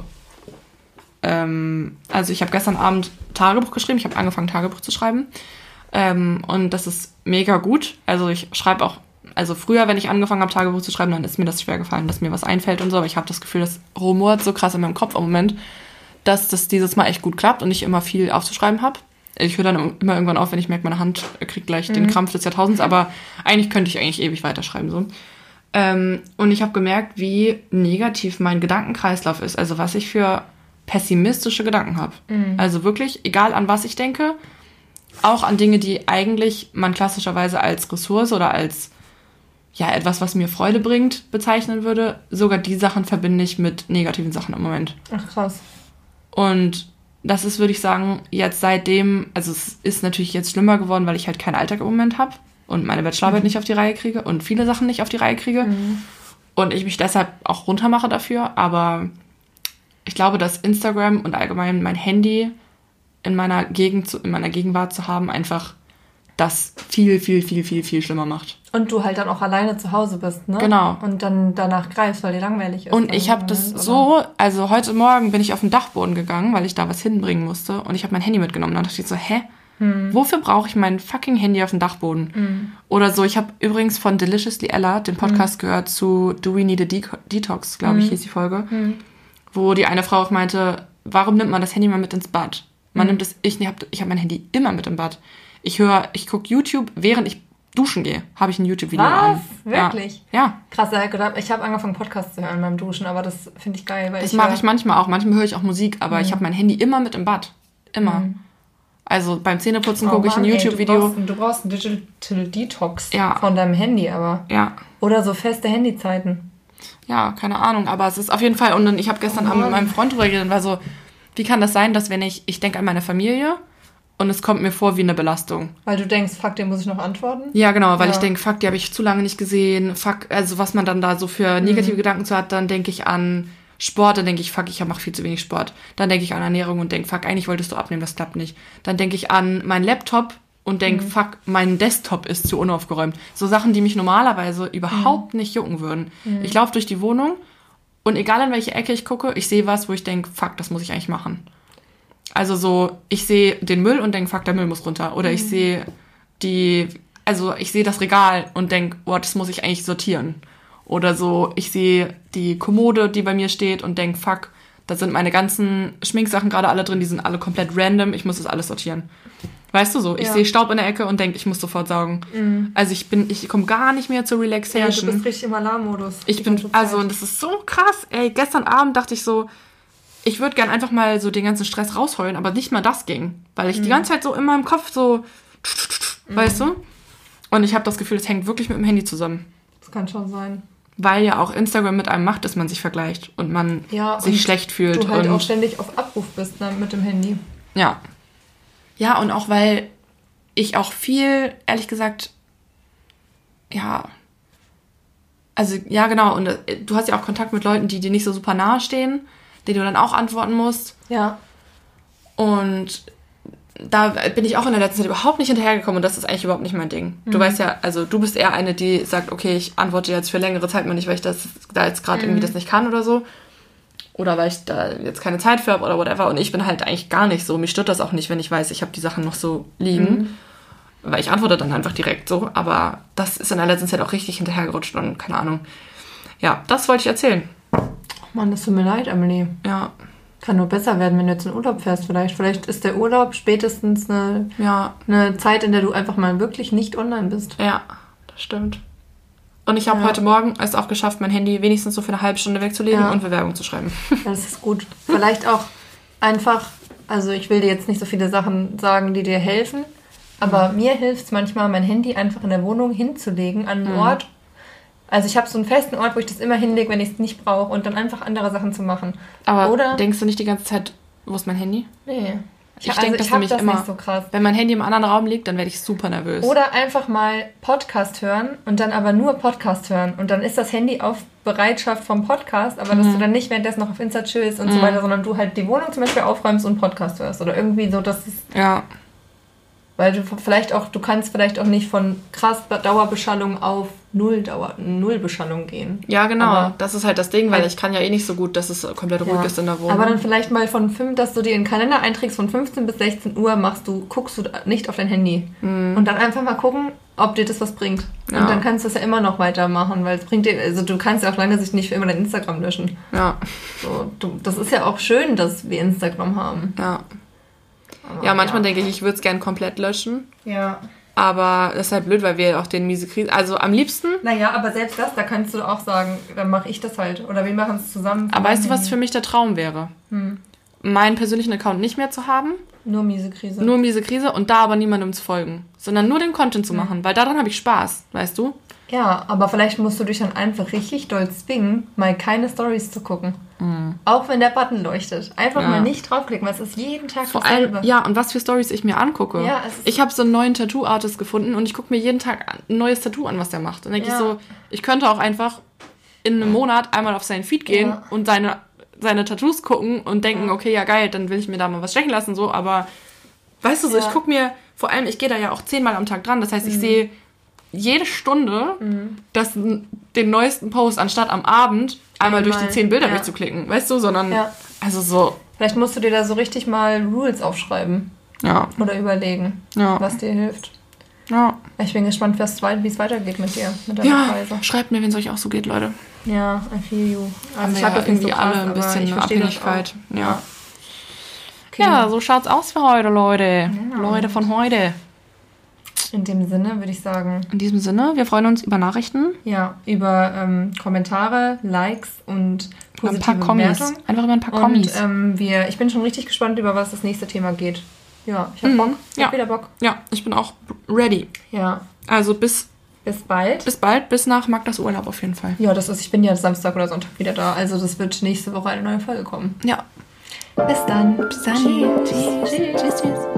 Ähm, also ich habe gestern Abend Tagebuch geschrieben, ich habe angefangen Tagebuch zu schreiben ähm, und das ist mega gut. Also ich schreibe auch... Also früher, wenn ich angefangen habe, Tagebuch zu schreiben, dann ist mir das schwer gefallen, dass mir was einfällt und so. Aber ich habe das Gefühl, das rumort so krass in meinem Kopf im Moment, dass das dieses Mal echt gut klappt und ich immer viel aufzuschreiben habe. Ich höre dann immer irgendwann auf, wenn ich merke, meine Hand kriegt gleich mhm. den Krampf des Jahrtausends. Aber eigentlich könnte ich eigentlich ewig weiterschreiben. So. Ähm, und ich habe gemerkt, wie negativ mein Gedankenkreislauf ist. Also was ich für pessimistische Gedanken habe. Mhm. Also wirklich, egal an was ich denke, auch an Dinge, die eigentlich man klassischerweise als Ressource oder als ja, etwas, was mir Freude bringt, bezeichnen würde. Sogar die Sachen verbinde ich mit negativen Sachen im Moment. Ach, krass. Und das ist, würde ich sagen, jetzt seitdem, also es ist natürlich jetzt schlimmer geworden, weil ich halt keinen Alltag im Moment habe und meine Bachelorarbeit mhm. nicht auf die Reihe kriege und viele Sachen nicht auf die Reihe kriege. Mhm. Und ich mich deshalb auch runtermache dafür. Aber ich glaube, dass Instagram und allgemein mein Handy in meiner Gegend, zu, in meiner Gegenwart zu haben, einfach das viel, viel, viel, viel, viel schlimmer macht. Und du halt dann auch alleine zu Hause bist, ne? Genau. Und dann danach greifst, weil dir langweilig ist. Und ich habe das so, also heute Morgen bin ich auf den Dachboden gegangen, weil ich da was hinbringen musste und ich habe mein Handy mitgenommen. Dann dachte ich so, hä? Hm. Wofür brauche ich mein fucking Handy auf dem Dachboden? Hm. Oder so, ich habe übrigens von Deliciously Ella den Podcast hm. gehört zu Do We Need a De- Detox, glaube ich, hm. hieß die Folge, hm. wo die eine Frau auch meinte, warum nimmt man das Handy mal mit ins Bad? Man hm. nimmt es, ich habe ich hab mein Handy immer mit im Bad. Ich höre, ich gucke YouTube, während ich duschen gehe, habe ich ein YouTube-Video an. Was? Wirklich? Ja. ja. Krass, ich habe angefangen, Podcasts zu hören beim Duschen, aber das finde ich geil. Weil das ich mache ich manchmal auch. Manchmal höre ich auch Musik, aber mhm. ich habe mein Handy immer mit im Bad. Immer. Mhm. Also beim Zähneputzen oh gucke ich ein YouTube-Video. Du brauchst, du brauchst einen Digital Detox ja. von deinem Handy, aber. Ja. Oder so feste Handyzeiten. Ja, keine Ahnung, aber es ist auf jeden Fall, und dann, ich habe gestern oh Abend mit meinem Freund drüber geredet und war so, wie kann das sein, dass wenn ich, ich denke an meine Familie, und es kommt mir vor wie eine Belastung. Weil du denkst, fuck, den muss ich noch antworten? Ja, genau, weil ja. ich denke, fuck, die habe ich zu lange nicht gesehen. Fuck, also was man dann da so für negative mhm. Gedanken zu hat, dann denke ich an Sport, dann denke ich, fuck, ich mache viel zu wenig Sport. Dann denke ich an Ernährung und denke, fuck, eigentlich wolltest du abnehmen, das klappt nicht. Dann denke ich an meinen Laptop und denke, mhm. fuck, mein Desktop ist zu unaufgeräumt. So Sachen, die mich normalerweise überhaupt mhm. nicht jucken würden. Mhm. Ich laufe durch die Wohnung und egal in welche Ecke ich gucke, ich sehe was, wo ich denke, fuck, das muss ich eigentlich machen. Also so, ich sehe den Müll und denke, fuck, der Müll muss runter. Oder mhm. ich sehe die, also ich sehe das Regal und denke, boah, das muss ich eigentlich sortieren. Oder so, ich sehe die Kommode, die bei mir steht und denke, fuck, da sind meine ganzen Schminksachen gerade alle drin, die sind alle komplett random, ich muss das alles sortieren. Weißt du so, ich ja. sehe Staub in der Ecke und denke, ich muss sofort saugen. Mhm. Also ich bin, ich komme gar nicht mehr zur Relaxation. Ja, du bist richtig im Alarmmodus. Ich bin, also und das ist so krass. Ey, gestern Abend dachte ich so, ich würde gern einfach mal so den ganzen Stress rausheulen, aber nicht mal das ging. Weil ich mhm. die ganze Zeit so in meinem Kopf so, mhm. weißt du? Und ich habe das Gefühl, es hängt wirklich mit dem Handy zusammen. Das kann schon sein. Weil ja auch Instagram mit einem macht, dass man sich vergleicht und man ja, sich und schlecht fühlt. Du halt und auch ständig auf Abruf bist ne, mit dem Handy. Ja. Ja, und auch weil ich auch viel, ehrlich gesagt, ja, also ja genau, und äh, du hast ja auch Kontakt mit Leuten, die dir nicht so super nahe stehen, denen du dann auch antworten musst. Ja. Und da bin ich auch in der letzten Zeit überhaupt nicht hinterhergekommen und das ist eigentlich überhaupt nicht mein Ding. Mhm. Du weißt ja, also du bist eher eine, die sagt, okay, ich antworte jetzt für längere Zeit mal nicht, weil ich das da jetzt gerade mhm. irgendwie das nicht kann oder so. Oder weil ich da jetzt keine Zeit für habe oder whatever. Und ich bin halt eigentlich gar nicht so. Mich stört das auch nicht, wenn ich weiß, ich habe die Sachen noch so liegen. Mhm. Weil ich antworte dann einfach direkt so. Aber das ist in der letzten Zeit auch richtig hinterhergerutscht und keine Ahnung. Ja, das wollte ich erzählen. Mann, das tut mir leid, Amelie. Ja. Kann nur besser werden, wenn du jetzt in Urlaub fährst vielleicht. Vielleicht ist der Urlaub spätestens eine, ja. eine Zeit, in der du einfach mal wirklich nicht online bist. Ja, das stimmt. Und ich habe ja. heute Morgen es auch geschafft, mein Handy wenigstens so für eine halbe Stunde wegzulegen ja. und Bewerbung zu schreiben. Ja, das ist gut. Vielleicht auch einfach, also ich will dir jetzt nicht so viele Sachen sagen, die dir helfen, aber mhm. mir hilft es manchmal, mein Handy einfach in der Wohnung hinzulegen, an einen mhm. Ort. Also ich habe so einen festen Ort, wo ich das immer hinlege, wenn ich es nicht brauche und dann einfach andere Sachen zu machen. Aber Oder, denkst du nicht die ganze Zeit, wo ist mein Handy? Nee. Ich, ich denke also das nämlich das immer, nicht so krass. Wenn mein Handy im anderen Raum liegt, dann werde ich super nervös. Oder einfach mal Podcast hören und dann aber nur Podcast hören und dann ist das Handy auf Bereitschaft vom Podcast, aber mhm. dass du dann nicht währenddessen noch auf Insta chillst und mhm. so weiter, sondern du halt die Wohnung zum Beispiel aufräumst und Podcast hörst oder irgendwie so, dass es... Ja. Weil du vielleicht auch, du kannst vielleicht auch nicht von krass Dauerbeschallung auf Null Dauer, Nullbeschallung gehen. Ja, genau. Aber das ist halt das Ding, weil halt, ich kann ja eh nicht so gut, dass es komplett ruhig ja. ist in der Wohnung. Aber dann vielleicht mal von fünf, dass du dir in den Kalender einträgst, von fünfzehn bis sechzehn Uhr machst du, guckst du nicht auf dein Handy. Mhm. Und dann einfach mal gucken, ob dir das was bringt. Ja. Und dann kannst du es ja immer noch weitermachen, weil es bringt dir, also du kannst ja auf lange Sicht nicht für immer dein Instagram löschen. Ja. So, du, das ist ja auch schön, dass wir Instagram haben. Ja. Aber ja, manchmal ja. denke ich, ich würde es gern komplett löschen. Ja. Aber das ist halt blöd, weil wir auch den miese Krise... Also am liebsten... Naja, aber selbst das, da kannst du auch sagen, dann mache ich das halt. Oder wir machen es zusammen. Aber weißt du, was für mich der Traum wäre? Hm. Meinen persönlichen Account nicht mehr zu haben. Nur miese Krise. Nur miese Krise und da aber niemandem zu folgen. Sondern nur den Content zu machen. Hm. Weil daran habe ich Spaß, weißt du? Ja, aber vielleicht musst du dich dann einfach richtig doll zwingen, mal keine Stories zu gucken. Mhm. Auch wenn der Button leuchtet. Einfach ja. mal nicht draufklicken, weil es ist jeden Tag Vor allem, ja, und was für Stories ich mir angucke. Ja, es ist ich habe so einen neuen Tattoo-Artist gefunden und ich gucke mir jeden Tag ein neues Tattoo an, was der macht. Und dann denke ja. ich so, ich könnte auch einfach in einem Monat einmal auf seinen Feed gehen ja. und seine, seine Tattoos gucken und denken, ja. okay, ja geil, dann will ich mir da mal was stechen lassen, so, aber weißt du so, ja. ich gucke mir, vor allem, ich gehe da ja auch zehnmal am Tag dran, das heißt, ich mhm. sehe jede Stunde mhm. das, den neuesten Post, anstatt am Abend einmal, einmal. durch die zehn Bilder ja. durchzuklicken, weißt du, sondern ja. also so. Vielleicht musst du dir da so richtig mal Rules aufschreiben. Ja. Oder überlegen, ja. was dir hilft. Ja. Ich bin gespannt, wie es weitergeht mit dir, mit deiner ja, Reise. Schreibt mir, wenn es euch auch so geht, Leute. Ja, I feel you. Also ich habe ja irgendwie so krass, alle ein bisschen eine Abhängigkeit. Ja. Ja. Okay. Ja, so schaut's aus für heute, Leute. Ja. Leute von heute. In dem Sinne würde ich sagen... In diesem Sinne, wir freuen uns über Nachrichten. Ja, über ähm, Kommentare, Likes und positive ein paar Kommis. Bewertungen. Einfach über ein paar Kommis. Und ähm, wir, ich bin schon richtig gespannt, über was das nächste Thema geht. Ja, ich habe mhm. Bock. Ich ja. hab wieder Bock. Ja, ich bin auch ready. Ja. Also bis... Bis bald. Bis bald, bis nach Magdas Urlaub auf jeden Fall. Ja, das ist, ich bin ja Samstag oder Sonntag wieder da. Also das wird nächste Woche eine neue Folge kommen. Ja. Bis dann. Bis dann. Tschüss. Tschüss. Tschüss. Tschüss.